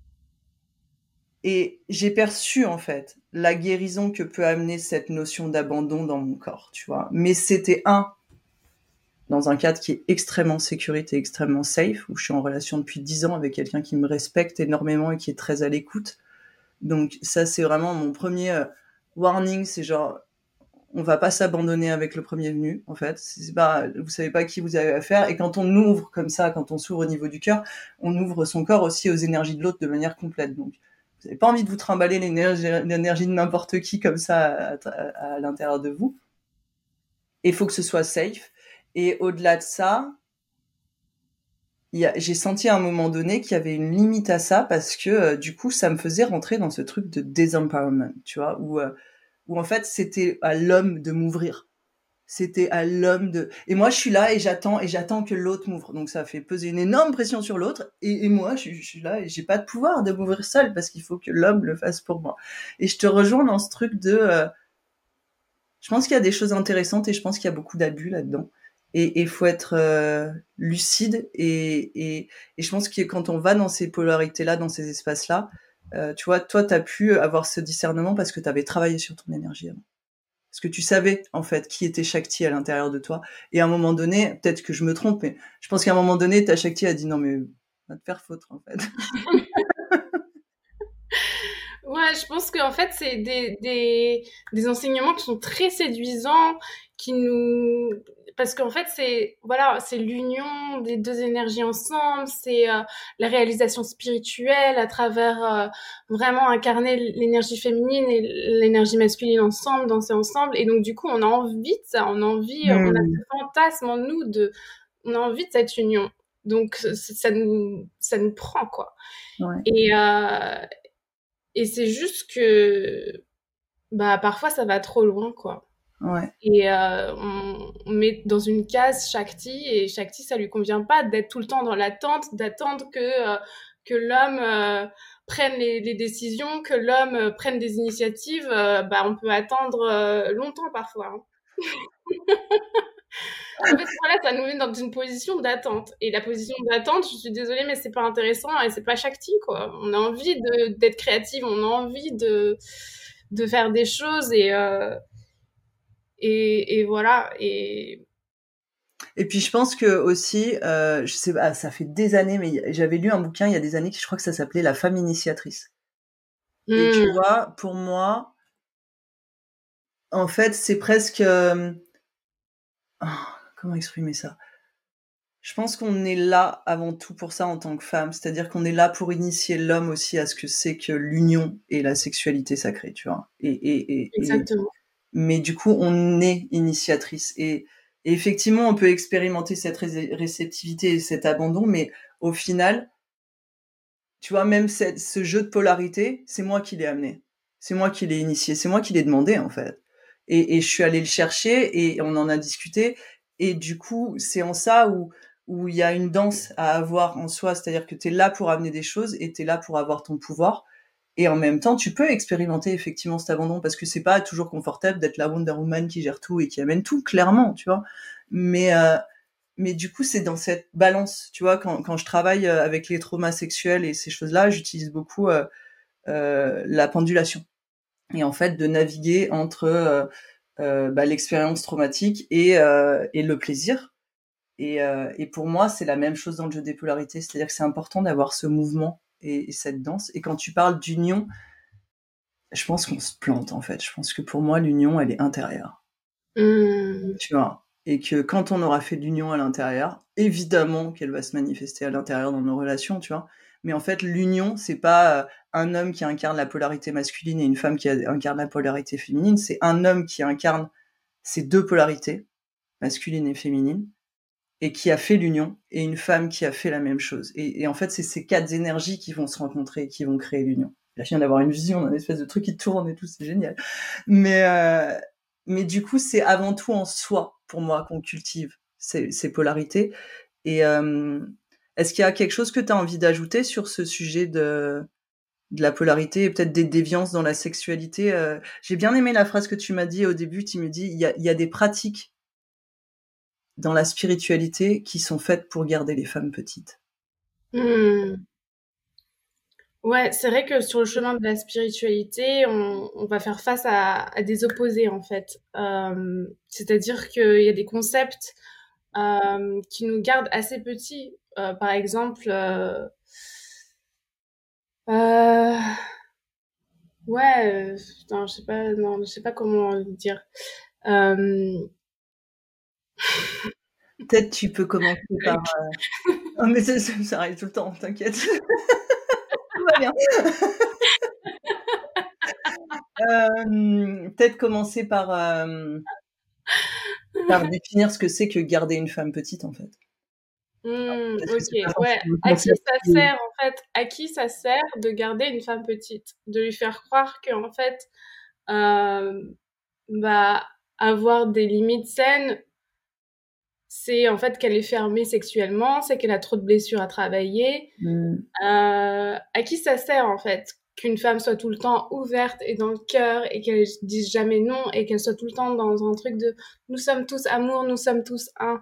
Speaker 1: Et j'ai perçu, en fait, la guérison que peut amener cette notion d'abandon dans mon corps, tu vois. Mais c'était un, dans un cadre qui est extrêmement sécurité, extrêmement safe, où je suis en relation depuis dix ans avec quelqu'un qui me respecte énormément et qui est très à l'écoute. Donc ça, c'est vraiment mon premier euh, warning, c'est genre, on va pas s'abandonner avec le premier venu, en fait. C'est pas, vous savez pas qui vous avez affaire. Et quand on ouvre comme ça, quand on s'ouvre au niveau du cœur, on ouvre son corps aussi aux énergies de l'autre de manière complète. Donc, vous n'avez pas envie de vous trimballer l'énergie, l'énergie de n'importe qui comme ça à, à, à l'intérieur de vous. Et il faut que ce soit safe. Et au-delà de ça, il y a, j'ai senti à un moment donné qu'il y avait une limite à ça parce que euh, du coup, ça me faisait rentrer dans ce truc de disempowerment, tu vois, où, euh, où en fait, c'était à l'homme de m'ouvrir. C'était à l'homme de... Et moi, je suis là et j'attends, et j'attends que l'autre m'ouvre. Donc, ça fait peser une énorme pression sur l'autre. Et, et moi, je, je suis là et j'ai pas de pouvoir de m'ouvrir seule parce qu'il faut que l'homme le fasse pour moi. Et je te rejoins dans ce truc de... Euh, je pense qu'il y a des choses intéressantes et je pense qu'il y a beaucoup d'abus là-dedans. Et il faut être euh, lucide. Et, et, et je pense que quand on va dans ces polarités-là, dans ces espaces-là, euh, tu vois, toi, tu as pu avoir ce discernement parce que tu avais travaillé sur ton énergie avant. Parce que tu savais, en fait, qui était Shakti à l'intérieur de toi. Et à un moment donné, peut-être que je me trompe, mais je pense qu'à un moment donné, ta Shakti a dit non, mais va te faire foutre, en fait.
Speaker 2: Ouais, je pense qu'en fait, c'est des, des, des enseignements qui sont très séduisants, qui nous... Parce qu'en fait, c'est voilà, c'est l'union des deux énergies ensemble, c'est euh, la réalisation spirituelle à travers euh, vraiment incarner l'énergie féminine et l'énergie masculine ensemble, danser ensemble. Et donc, du coup, on a envie de ça, on a envie, on a
Speaker 1: Hmm.
Speaker 2: ce fantasme en nous de... On a envie de cette union. Donc, ça, ça nous, ça nous prend, quoi.
Speaker 1: Ouais,
Speaker 2: Et, euh, et c'est juste que, bah, parfois, ça va trop loin, quoi.
Speaker 1: ouais,
Speaker 2: Et euh, on, on met dans une case Shakti, et Shakti, ça lui convient pas d'être tout le temps dans l'attente, d'attendre que, euh, que l'homme euh, prenne les, les décisions, que l'homme euh, prenne des initiatives. Euh, bah, on peut attendre euh, longtemps parfois, hein. En fait, voilà, ça nous met dans une position d'attente. Et la position d'attente, je suis désolée, mais c'est pas intéressant et c'est pas Shakti, quoi. On a envie de, d'être créative, on a envie de, de faire des choses et, euh, et, et voilà. Et...
Speaker 1: et puis je pense que aussi, euh, je sais pas, ça fait des années, mais j'avais lu un bouquin il y a des années qui je crois que ça s'appelait La femme initiatrice. Et tu
Speaker 2: Hmm.
Speaker 1: vois, pour moi, en fait, c'est presque... Euh, oh, comment exprimer ça? Je pense qu'on est là avant tout pour ça en tant que femme, c'est-à-dire qu'on est là pour initier l'homme aussi à ce que c'est que l'union et la sexualité sacrée, tu vois? Et et et et
Speaker 2: Exactement.
Speaker 1: mais du coup, on est initiatrice et et effectivement, on peut expérimenter cette résé réceptivité et cet abandon, mais au final, tu vois, même cette ce jeu de polarité, c'est moi qui l'ai amené. C'est moi qui l'ai initié, c'est moi qui l'ai demandé, en fait. Et et je suis allée le chercher et on en a discuté et du coup, c'est en ça où où il y a une danse à avoir en soi. C'est-à-dire que tu es là pour amener des choses et tu es là pour avoir ton pouvoir et en même temps, tu peux expérimenter effectivement cet abandon parce que c'est pas toujours confortable d'être la Wonder Woman qui gère tout et qui amène tout, clairement, tu vois? Mais heu mais du coup, c'est dans cette balance, tu vois? Quand quand je travaille, heu, avec les traumas sexuels et ces choses-là, j'utilise beaucoup, heu heu, la pendulation et en fait, de naviguer entre, heu heu, bah, l'expérience traumatique et heu et le plaisir et heu et pour moi, c'est la même chose dans le jeu des polarités. C'est-à-dire que c'est important d'avoir ce mouvement et et cette danse et quand tu parles d'union, je pense qu'on se plante, en fait. Je pense que pour moi, l'union, elle est intérieure.
Speaker 2: Mmh.
Speaker 1: Tu vois? Et que quand on aura fait de l'union à l'intérieur, évidemment qu'elle va se manifester à l'intérieur dans nos relations, tu vois? Mais en fait, l'union, c'est pas, heu, un homme qui incarne la polarité masculine et une femme qui a incarne la polarité féminine, c'est un homme qui incarne ces deux polarités, masculine et féminine, et qui a fait l'union, et une femme qui a fait la même chose. Et et en fait, c'est ces quatre énergies qui vont se rencontrer et qui vont créer l'union. Là, je viens d'avoir une vision d'un espèce de truc qui tourne et tout, c'est génial. Mais, heu, mais du coup, c'est avant tout en soi, pour moi, qu'on cultive ces ces polarités et hem, est-ce qu'il y a quelque chose que tu as envie d'ajouter sur ce sujet de de la polarité et peut-être des déviances dans la sexualité? Heu, j'ai bien aimé la phrase que tu m'as dit au début, tu me dis: «Il y a il y a des pratiques dans la spiritualité qui sont faites pour garder les femmes petites».
Speaker 2: Mmh. Ouais, c'est vrai que sur le chemin de la spiritualité, on, on va faire face à, à des opposés en fait. Euh, c'est-à-dire qu'il y a des concepts euh, qui nous gardent assez petits. Euh, par exemple, euh, euh, ouais, euh, non, je sais pas, non, je sais pas comment le dire. Euh,
Speaker 1: Peut-être tu peux commencer par, heu oh mais ça ça ça arrive tout le temps, t'inquiète. Tout va bien. Hem, peut-être commencer par, hem, par définir ce que c'est que garder une femme petite, en fait.
Speaker 2: Hmm,
Speaker 1: Parce que c'est pas
Speaker 2: ok, ouais.
Speaker 1: forcément un
Speaker 2: À qui
Speaker 1: concept
Speaker 2: ça
Speaker 1: qui est
Speaker 2: sert en fait? À qui ça sert de garder une femme petite? De lui faire croire que en fait, euh, bah, avoir des limites saines, c'est en fait qu'elle est fermée sexuellement, c'est qu'elle a trop de blessures à travailler.
Speaker 1: mmh,
Speaker 2: Euh, à qui ça sert en fait qu'une femme soit tout le temps ouverte et dans le cœur et qu'elle dise jamais non et qu'elle soit tout le temps dans un truc de nous sommes tous amour, nous sommes tous un.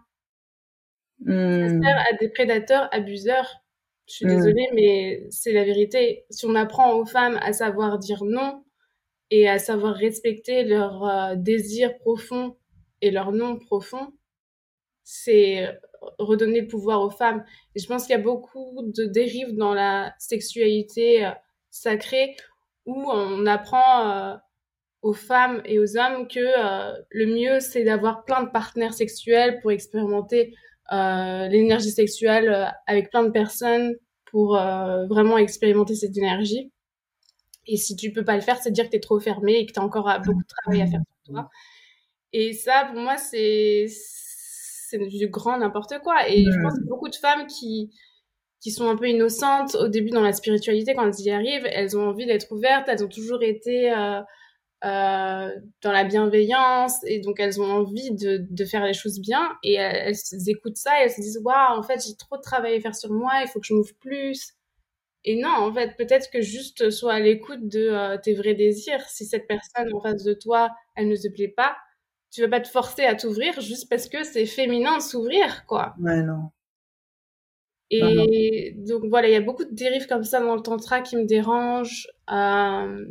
Speaker 2: Ça sert
Speaker 1: mmh,
Speaker 2: à des prédateurs abuseurs. Je suis
Speaker 1: mmh,
Speaker 2: désolée, mais c'est la vérité. Si on apprend aux femmes à savoir dire non et à savoir respecter leurs euh, désirs profonds et leurs non profonds, c'est redonner le pouvoir aux femmes. Et je pense qu'il y a beaucoup de dérives dans la sexualité euh, sacrée où on apprend euh, aux femmes et aux hommes que euh, le mieux, c'est d'avoir plein de partenaires sexuels pour expérimenter euh, l'énergie sexuelle euh, avec plein de personnes pour euh, vraiment expérimenter cette énergie. Et si tu peux pas le faire, c'est dire que tu es trop fermé et que tu as encore euh, beaucoup de travail à faire sur toi. Et ça, pour moi, c'est c'est du grand n'importe quoi. Et je pense que
Speaker 1: mmh,
Speaker 2: beaucoup de femmes qui qui sont un peu innocentes au début dans la spiritualité, quand elles y arrivent, elles ont envie d'être ouvertes, elles ont toujours été euh, euh, dans la bienveillance et donc elles ont envie de, de faire les choses bien et elles, elles écoutent ça et elles se disent waouh, en fait, j'ai trop de travail à faire sur moi, il faut que je m'ouvre plus. Et non, en fait, peut-être que juste sois à l'écoute de euh, tes vrais désirs. Si cette personne en face de toi, elle ne te plaît pas, tu vas pas te forcer à t'ouvrir juste parce que c'est féminin de s'ouvrir, quoi.
Speaker 1: ouais, non, non, non,
Speaker 2: Et donc voilà, il y a beaucoup de dérives comme ça dans le tantra qui me dérangent. Euh,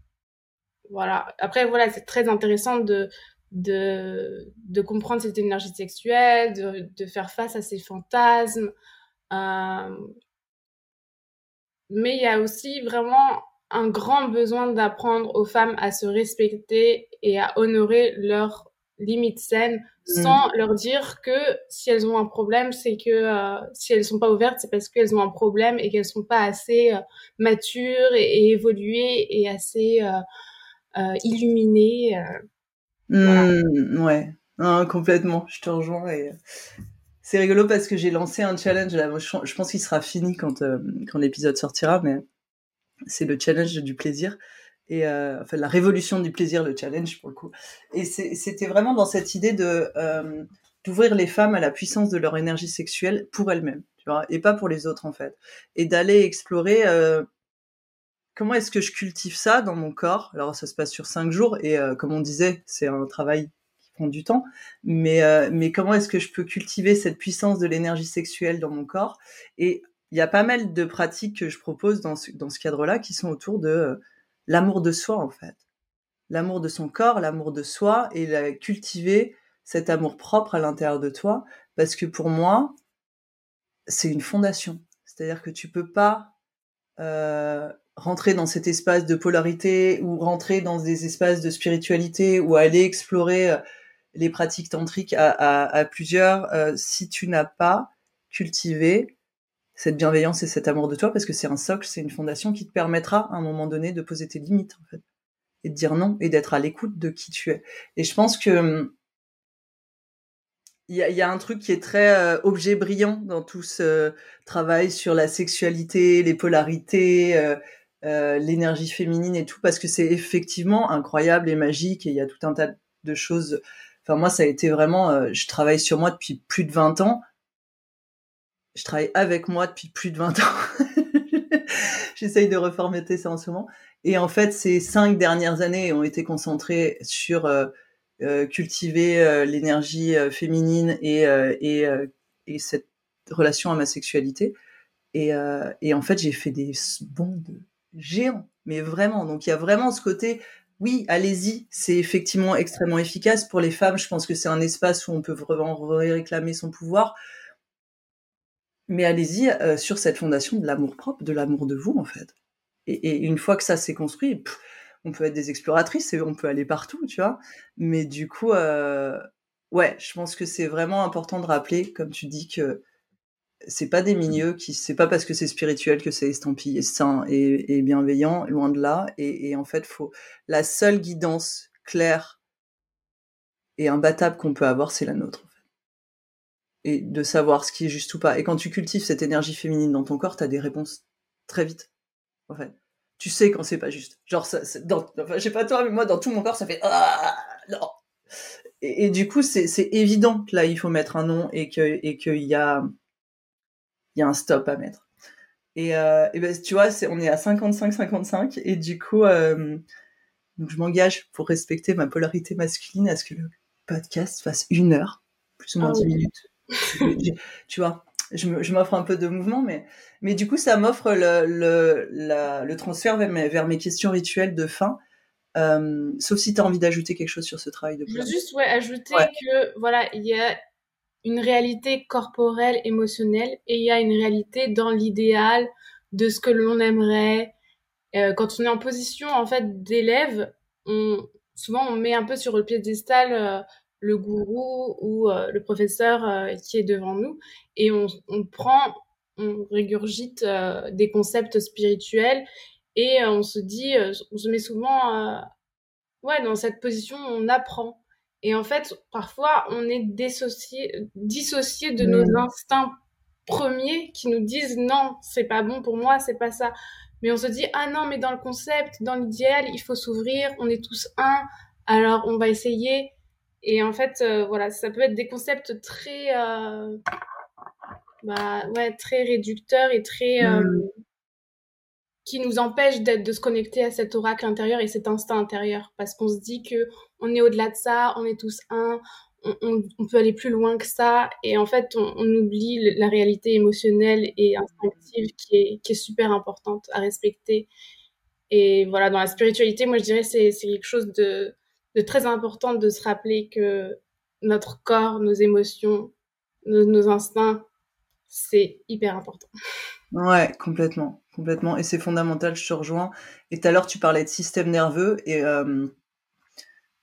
Speaker 2: voilà. Après, voilà, c'est très intéressant de, de, de comprendre cette énergie sexuelle, de, de faire face à ces fantasmes. Euh, mais il y a aussi vraiment un grand besoin d'apprendre aux femmes à se respecter et à honorer leurs limites saines,
Speaker 1: Mmh.
Speaker 2: sans leur dire que si elles ont un problème, c'est que euh, si elles sont pas ouvertes, c'est parce qu'elles ont un problème et qu'elles sont pas assez euh, matures et, et évoluées et assez euh, euh, illuminées. euh, voilà.
Speaker 1: Mmh, ouais. Non, complètement, je te rejoins et c'est rigolo parce que j'ai lancé un challenge là, moi, je je pense qu'il sera fini quand, hem, quand l'épisode sortira, mais c'est le challenge du plaisir et heu, enfin la révolution du plaisir, le challenge pour le coup et c'est c'était vraiment dans cette idée de, hem, d'ouvrir les femmes à la puissance de leur énergie sexuelle pour elles-mêmes, tu vois? Et pas pour les autres, en fait et d'aller explorer, heu, comment est-ce que je cultive ça dans mon corps? Alors ça se passe sur cinq jours et heu, comme on disait, c'est un travail qui prend du temps, mais heu, mais comment est-ce que je peux cultiver cette puissance de l'énergie sexuelle dans mon corps? Et il y a pas mal de pratiques que je propose dans ce dans ce cadre-là qui sont autour de, heu, l'amour de soi, en fait. L'amour de son corps, l'amour de soi et la cultiver cet amour propre à l'intérieur de toi parce que pour moi, c'est une fondation. C'est-à-dire que tu peux pas euh, rentrer dans cet espace de polarité ou rentrer dans des espaces de spiritualité ou aller explorer euh, les pratiques tantriques à, à, à plusieurs euh, si tu n'as pas cultivé cette bienveillance et cet amour de toi parce que c'est un socle, c'est une fondation qui te permettra à un moment donné de poser tes limites en fait et de dire non et d'être à l'écoute de qui tu es. Et je pense que hum, il y a, y a un truc qui est très euh, objet brillant dans tout ce travail sur la sexualité, les polarités, euh, euh, l'énergie féminine et tout, parce que c'est effectivement incroyable et magique et il y a tout un tas de choses. Enfin, moi, ça a été vraiment. Euh, je travaille sur moi depuis plus de vingt ans. Je travaille avec moi depuis plus de vingt ans. J'essaye de reformater ça en ce moment. Et en fait, ces cinq dernières années ont été concentrées sur euh, euh, cultiver euh, l'énergie euh, féminine et, euh, et, euh, et cette relation à ma sexualité. Et, euh, et en fait, j'ai fait des bonds de géants, mais vraiment. Donc, il y a vraiment ce côté, oui, allez-y, c'est effectivement extrêmement efficace pour les femmes. Je pense que c'est un espace où on peut vraiment réclamer son pouvoir. Mais allez-y euh, sur cette fondation de l'amour propre, de l'amour de vous, en fait. Et, et une fois que ça s'est construit, pff, on peut être des exploratrices et on peut aller partout, tu vois. Mais du coup, euh, ouais, je pense que c'est vraiment important de rappeler, comme tu dis, que c'est pas des milieux qui, c'est pas parce que c'est spirituel que c'est estampillé sain et, et bienveillant, loin de là. Et, et en fait, faut la seule guidance claire et imbattable qu'on peut avoir, c'est la nôtre. En fait. Et de savoir ce qui est juste ou pas. Et quand tu cultives cette énergie féminine dans ton corps, t'as des réponses très vite. En fait. Tu sais quand c'est pas juste. Genre, ça, dans, enfin, je sais pas toi, mais moi, dans tout mon corps, ça fait ah non. Et, et du coup, c'est, c'est évident que là, il faut mettre un nom et que et qu'il y a il y a un stop à mettre. Et, euh, et ben, tu vois, c'est, on est à cinquante-cinq cinquante-cinq et du coup, euh, donc je m'engage pour respecter ma polarité masculine à ce que le podcast fasse une heure, plus ou moins
Speaker 2: Ah
Speaker 1: dix
Speaker 2: oui.
Speaker 1: minutes. Tu vois, je, me, je m'offre un peu de mouvement, mais, mais du coup, ça m'offre le, le, la, le transfert vers mes, vers mes questions rituelles de fin. Euh, sauf si tu as envie d'ajouter quelque chose sur ce travail de
Speaker 2: Je veux
Speaker 1: polarité.
Speaker 2: juste ouais,
Speaker 1: Ouais.
Speaker 2: ajouter que voilà, il y a une réalité corporelle, émotionnelle, et il y a une réalité dans l'idéal de ce que l'on aimerait. Euh, quand on est en position en fait d'élève, on, souvent on met un peu sur le piédestal euh, le gourou ou euh, le professeur euh, qui est devant nous, et on, on prend, on régurgite euh, des concepts spirituels, et euh, on se dit, euh, on se met souvent euh, ouais, dans cette position, on apprend. Et en fait, parfois, on est dissocié, dissocié de nos
Speaker 1: Mmh.
Speaker 2: instincts premiers qui nous disent non, c'est pas bon pour moi, c'est pas ça. Mais on se dit ah non, mais dans le concept, dans l'idéal, il faut s'ouvrir, on est tous un, alors on va essayer. Et en fait, euh, voilà, ça peut être des concepts très, euh, bah ouais, très réducteurs et très euh,
Speaker 1: Mmh.
Speaker 2: qui nous empêche d'être, de se connecter à cet oracle intérieur et cet instinct intérieur. Parce qu'on se dit que on est au-delà de ça, on est tous un, on, on, on peut aller plus loin que ça. Et en fait, on, on oublie la réalité émotionnelle et instinctive qui est, qui est super importante à respecter. Et voilà, dans la spiritualité, moi, je dirais c'est c'est quelque chose de, de très important de se rappeler que notre corps, nos émotions, nos, nos instincts, c'est hyper important.
Speaker 1: Ouais, complètement, complètement. Et c'est fondamental, je te rejoins. Et tout à l'heure, tu parlais de système nerveux et euh,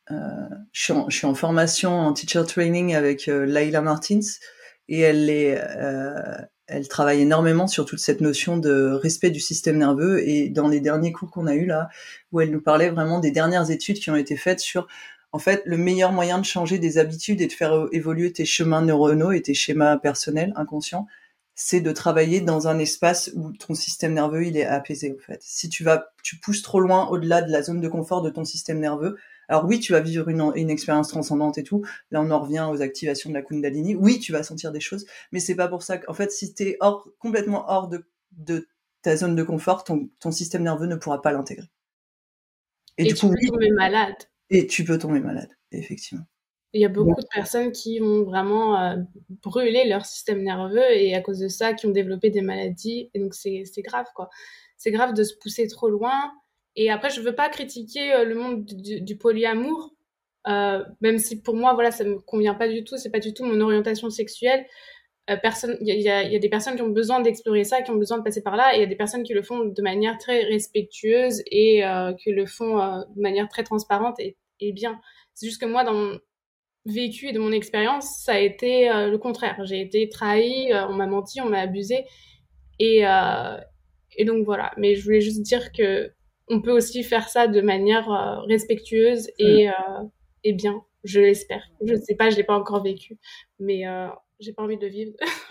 Speaker 1: euh, je, suis en, je suis en formation en teacher training avec euh, Layla Martins, et elle est, euh, elle travaille énormément sur toute cette notion de respect du système nerveux. Et dans les derniers cours qu'on a eu là, où elle nous parlait vraiment des dernières études qui ont été faites sur, en fait, le meilleur moyen de changer des habitudes et de faire évoluer tes chemins neuronaux et tes schémas personnels, inconscients, c'est de travailler dans un espace où ton système nerveux, il est apaisé, en fait. Si tu vas, tu pousses trop loin au-delà de la zone de confort de ton système nerveux, alors oui, tu vas vivre une, une expérience transcendante et tout. Là, on en revient aux activations de la Kundalini. Oui, tu vas sentir des choses, mais c'est pas pour ça qu'en fait, si t'es hors, complètement hors de, de ta zone de confort, ton, ton système nerveux ne pourra pas l'intégrer. Et,
Speaker 2: Et
Speaker 1: du
Speaker 2: tu
Speaker 1: coup,
Speaker 2: peux
Speaker 1: oui,
Speaker 2: tomber malade.
Speaker 1: et tu peux tomber malade, effectivement.
Speaker 2: Il y a
Speaker 1: Donc,
Speaker 2: beaucoup de personnes qui ont vraiment euh, brûlé leur système nerveux et à cause de ça, qui ont développé des maladies. Et donc, c'est c'est grave, quoi. C'est grave de se pousser trop loin. Et après, je veux pas critiquer euh, le monde du, du polyamour, euh, même si pour moi, voilà, ça me convient pas du tout. C'est pas du tout mon orientation sexuelle. Euh, personne, il y a, y, a, y a des personnes qui ont besoin d'explorer ça, qui ont besoin de passer par là, et il y a des personnes qui le font de manière très respectueuse et euh, qui le font euh, de manière très transparente et, et bien. C'est juste que moi, dans mon vécu et de mon expérience, ça a été euh, le contraire. J'ai été trahie, euh, on m'a menti, on m'a abusée, et euh, et donc voilà. Mais je voulais juste dire que on peut aussi faire ça de manière euh, respectueuse et euh, et bien. Je l'espère. Je ne sais pas, je l'ai pas encore vécu, mais euh, j'ai pas envie de le vivre.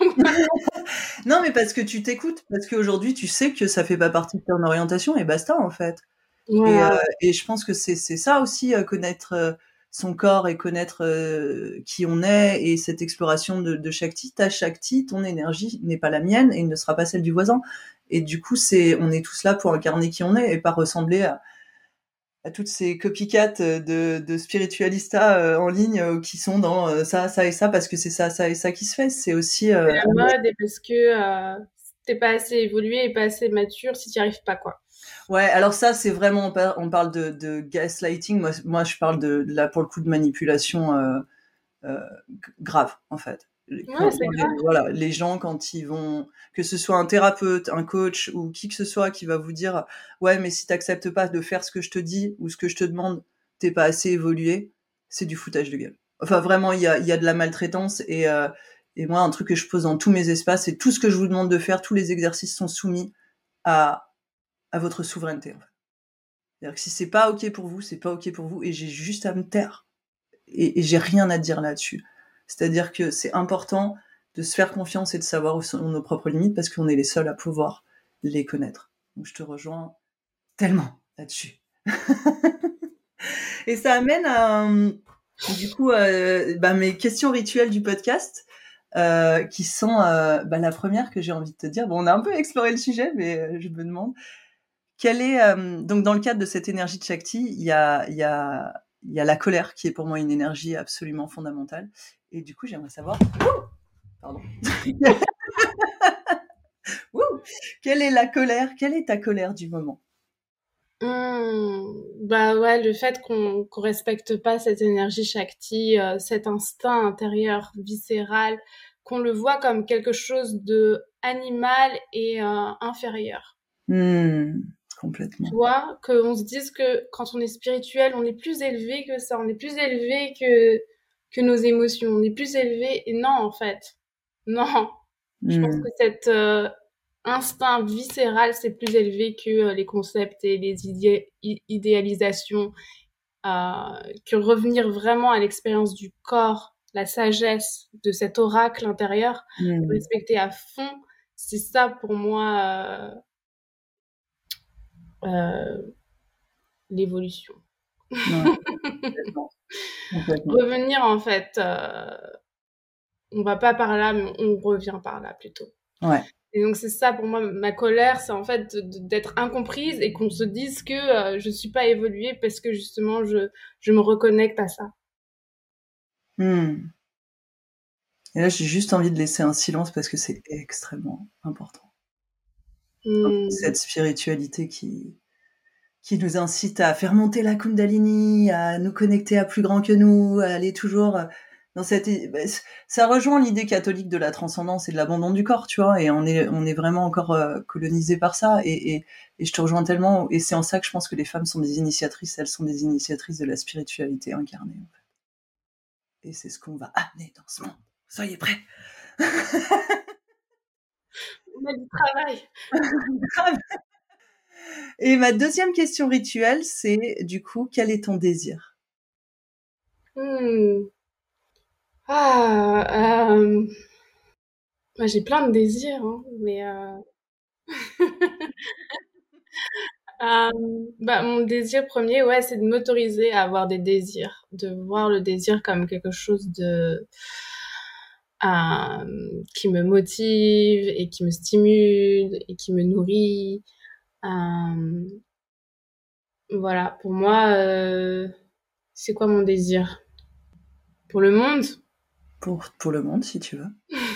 Speaker 1: non, mais parce que tu t'écoutes, parce qu'aujourd'hui, tu sais que ça fait pas partie de ton orientation, et basta, en fait. Et, euh,
Speaker 2: Voilà.
Speaker 1: et je pense que c'est c'est ça aussi, euh, connaître euh, son corps et connaître euh, qui on est, et cette exploration de, de Shakti. Ta Shakti, ton énergie n'est pas la mienne et ne sera pas celle du voisin. Et du coup, c'est on est tous là pour incarner qui on est et pas ressembler à, à toutes ces copycats de, de spiritualistas euh, en ligne euh, qui sont dans euh, ça, ça et ça parce que c'est ça, ça et ça qui se fait. C'est aussi
Speaker 2: C'est
Speaker 1: euh,
Speaker 2: la mode et parce que euh, t'es pas assez évolué et pas assez mature si t'y arrives pas, quoi.
Speaker 1: Ouais, alors ça, c'est vraiment, on par- on parle de, de gaslighting. Moi, moi, je parle de, de là, pour le coup, de manipulation euh, euh, g- grave, en fait.
Speaker 2: Ouais,
Speaker 1: Quand,
Speaker 2: c'est
Speaker 1: quand les,
Speaker 2: grave.
Speaker 1: voilà, les gens, quand ils vont, que ce soit un thérapeute, un coach ou qui que ce soit qui va vous dire, ouais, mais si t'acceptes pas de faire ce que je te dis ou ce que je te demande, t'es pas assez évolué, c'est du foutage de gueule. Enfin, vraiment, il y a, il y a de la maltraitance et, euh, et moi, un truc que je pose dans tous mes espaces, c'est tout ce que je vous demande de faire, tous les exercices sont soumis à, à votre souveraineté, en fait. C'est-à-dire que si c'est pas ok pour vous, c'est pas ok pour vous, et j'ai juste à me taire. Et, et j'ai rien à dire là-dessus. C'est-à-dire que c'est important de se faire confiance et de savoir où sont nos propres limites parce qu'on est les seuls à pouvoir les connaître. Donc je te rejoins tellement là-dessus. Et ça amène à, du coup, euh, bah, mes questions rituelles du podcast, euh, qui sont euh, bah, la première que j'ai envie de te dire. Bon, on a un peu exploré le sujet, mais euh, je me demande quelle est euh, donc dans le cadre de cette énergie de Shakti, il y a, il y a, il y a la colère qui est pour moi une énergie absolument fondamentale. Et du coup, j'aimerais savoir, pardon, Ouh, quelle est la colère, quelle est ta colère du moment?
Speaker 2: Mmh, bah ouais, le fait qu'on qu'on respecte pas cette énergie Shakti, euh, cet instinct intérieur viscéral, qu'on le voit comme quelque chose de animal et euh, inférieur.
Speaker 1: Hmm,
Speaker 2: Tu
Speaker 1: complètement.
Speaker 2: vois, qu'on se dise que quand on est spirituel, on est plus élevé que ça, on est plus élevé que que nos émotions, on est plus élevé. Et non, en fait, non. Je pense
Speaker 1: Hmm,
Speaker 2: que cet euh, instinct viscéral, c'est plus élevé que euh, les concepts et les idé- i- idéalisations, euh, que revenir vraiment à l'expérience du corps, la sagesse de cet oracle intérieur,
Speaker 1: hmm,
Speaker 2: respecter à fond, c'est ça pour moi euh, euh, l'évolution.
Speaker 1: ouais, complètement, complètement.
Speaker 2: Revenir en fait, euh, on va pas par là, mais on revient par là plutôt.
Speaker 1: Ouais.
Speaker 2: Et donc c'est ça pour moi, ma colère, c'est en fait de- d'être incomprise et qu'on se dise que euh, je suis pas évoluée parce que justement je, je me reconnecte à ça.
Speaker 1: Hmm. Et là, j'ai juste envie de laisser un silence parce que c'est extrêmement important.
Speaker 2: Hmm.
Speaker 1: Cette spiritualité qui, qui nous incite à faire monter la Kundalini, à nous connecter à plus grand que nous, à aller toujours dans cette, bah, ça rejoint l'idée catholique de la transcendance et de l'abandon du corps, tu vois, et on est, on est vraiment encore euh, colonisé par ça, et, et, et je te rejoins tellement, et c'est en ça que je pense que les femmes sont des initiatrices, elles sont des initiatrices de la spiritualité incarnée, en fait. Et c'est ce qu'on va amener dans ce monde. Soyez prêts.
Speaker 2: On a du travail.
Speaker 1: Et ma deuxième question rituelle, c'est du coup, quel est ton désir?
Speaker 2: Hmm. Ah, euh... bah, j'ai plein de désirs, hein, mais euh... euh, bah, mon désir premier, ouais, c'est de m'autoriser à avoir des désirs, de voir le désir comme quelque chose de euh, qui me motive et qui me stimule et qui me nourrit. Euh, voilà, pour moi, euh, c'est quoi mon désir? Pour le monde?
Speaker 1: Pour, pour le monde, si tu veux.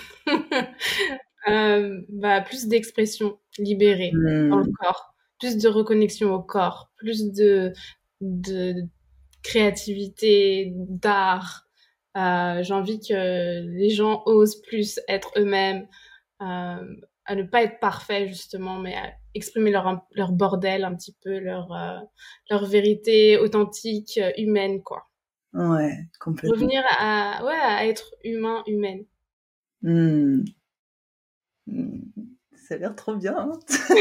Speaker 2: euh, bah, plus d'expression libérée dans le
Speaker 1: Mmh.
Speaker 2: corps, plus de reconnexion au corps, plus de, de créativité, d'art. Euh, j'ai envie que les gens osent plus être eux-mêmes, euh, à ne pas être parfaits justement, mais à exprimer leur, leur bordel un petit peu, leur, euh, leur vérité authentique, euh, humaine, quoi.
Speaker 1: Ouais, complètement.
Speaker 2: Revenir à, ouais, à être humain, humaine.
Speaker 1: Mmh. Mmh. Ça a l'air trop bien. Hein.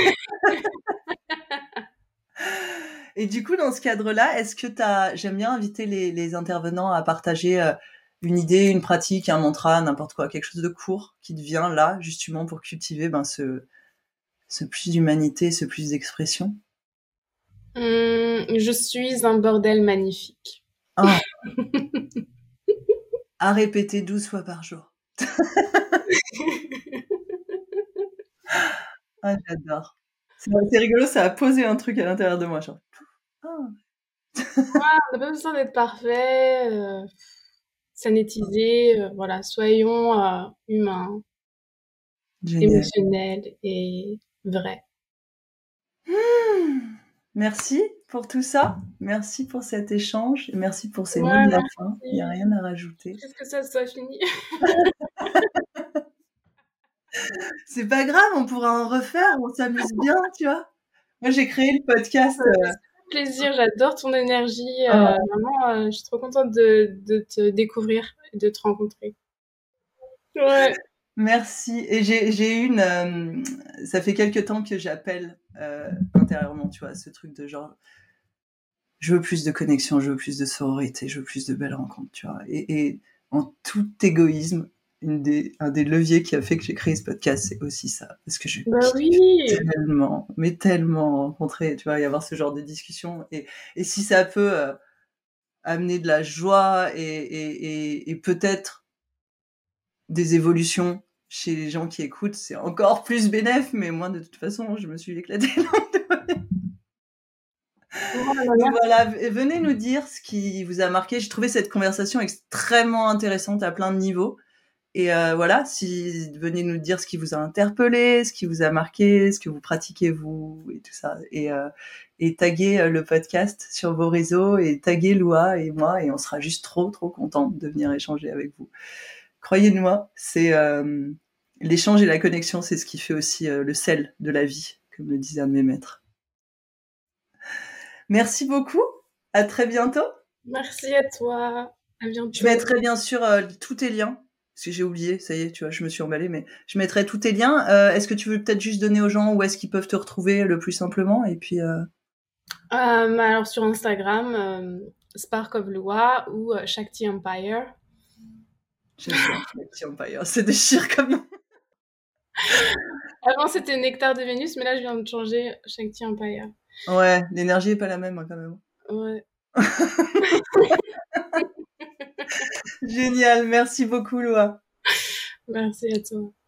Speaker 1: Et du coup, dans ce cadre-là, est-ce que t'as... J'aime bien inviter les, les intervenants à partager euh, une idée, une pratique, un mantra, n'importe quoi, quelque chose de court qui te vient là, justement, pour cultiver ben, ce, ce plus d'humanité, ce plus d'expression.
Speaker 2: Hum, je suis un bordel magnifique.
Speaker 1: Ah, à répéter douze fois par jour. Ah, j'adore. C'est, c'est rigolo, ça a posé un truc à l'intérieur de moi. Genre, ah,
Speaker 2: On n'a pas besoin d'être parfait, euh, sanétisé, euh, voilà, soyons euh, humains,
Speaker 1: génial.
Speaker 2: émotionnels et vrais.
Speaker 1: Hmm. Merci pour tout ça. Merci pour cet échange. Et merci pour ces mots
Speaker 2: Ouais,
Speaker 1: de la fin. Il n'y a
Speaker 2: merci.
Speaker 1: rien à rajouter.
Speaker 2: Qu'est-ce que ça soit fini?
Speaker 1: C'est pas grave, on pourra en refaire, on s'amuse bien, tu vois. Moi, j'ai créé le podcast. Euh...
Speaker 2: Plaisir, j'adore ton énergie. Euh,
Speaker 1: Oh,
Speaker 2: vraiment, euh, je suis trop contente de, de te découvrir et de te rencontrer. Ouais.
Speaker 1: merci. Et j'ai, j'ai une. Euh, ça fait quelques temps que j'appelle euh, intérieurement, tu vois, ce truc de genre. Je veux plus de connexion, je veux plus de sororité, je veux plus de belles rencontres, tu vois. Et, et en tout égoïsme, une des, un des leviers qui a fait que j'ai créé ce podcast, c'est aussi ça. Parce que je
Speaker 2: Bah
Speaker 1: kiffe
Speaker 2: oui.
Speaker 1: tellement, mais tellement rencontrer, tu vois, y avoir ce genre de discussion. Et, et si ça peut euh, amener de la joie et, et, et, et peut-être des évolutions chez les gens qui écoutent, c'est encore plus bénéf, mais moi, de toute façon, je me suis éclatée. Donc voilà, venez nous dire ce qui vous a marqué. J'ai trouvé cette conversation extrêmement intéressante à plein de niveaux. Et euh, voilà, si venez nous dire ce qui vous a interpellé, ce qui vous a marqué, ce que vous pratiquez vous et tout ça. Et, euh, et taguez le podcast sur vos réseaux et taguez Loua et moi et on sera juste trop trop contents de venir échanger avec vous. Croyez-moi, c'est euh, l'échange et la connexion, c'est ce qui fait aussi euh, le sel de la vie, comme le disait un de mes maîtres. Merci beaucoup. À très bientôt.
Speaker 2: Merci à toi. À bientôt.
Speaker 1: Je mettrai bien sûr euh, tous tes liens. Parce que j'ai oublié, ça y est, tu vois, je me suis emballée, mais je mettrai tous tes liens. Euh, est-ce que tu veux peut-être juste donner aux gens où est-ce qu'ils peuvent te retrouver le plus simplement? Et puis, euh...
Speaker 2: Euh, alors sur Instagram, euh, Spark of Lua ou euh, Shakti Empire.
Speaker 1: J'adore Shakti Empire, c'est déchire comme nom.
Speaker 2: Avant c'était Nectar de Vénus, mais là je viens de changer Shakti Empire.
Speaker 1: Ouais, l'énergie est pas la même hein, quand même.
Speaker 2: Ouais.
Speaker 1: Génial, merci beaucoup Loa.
Speaker 2: Merci à toi.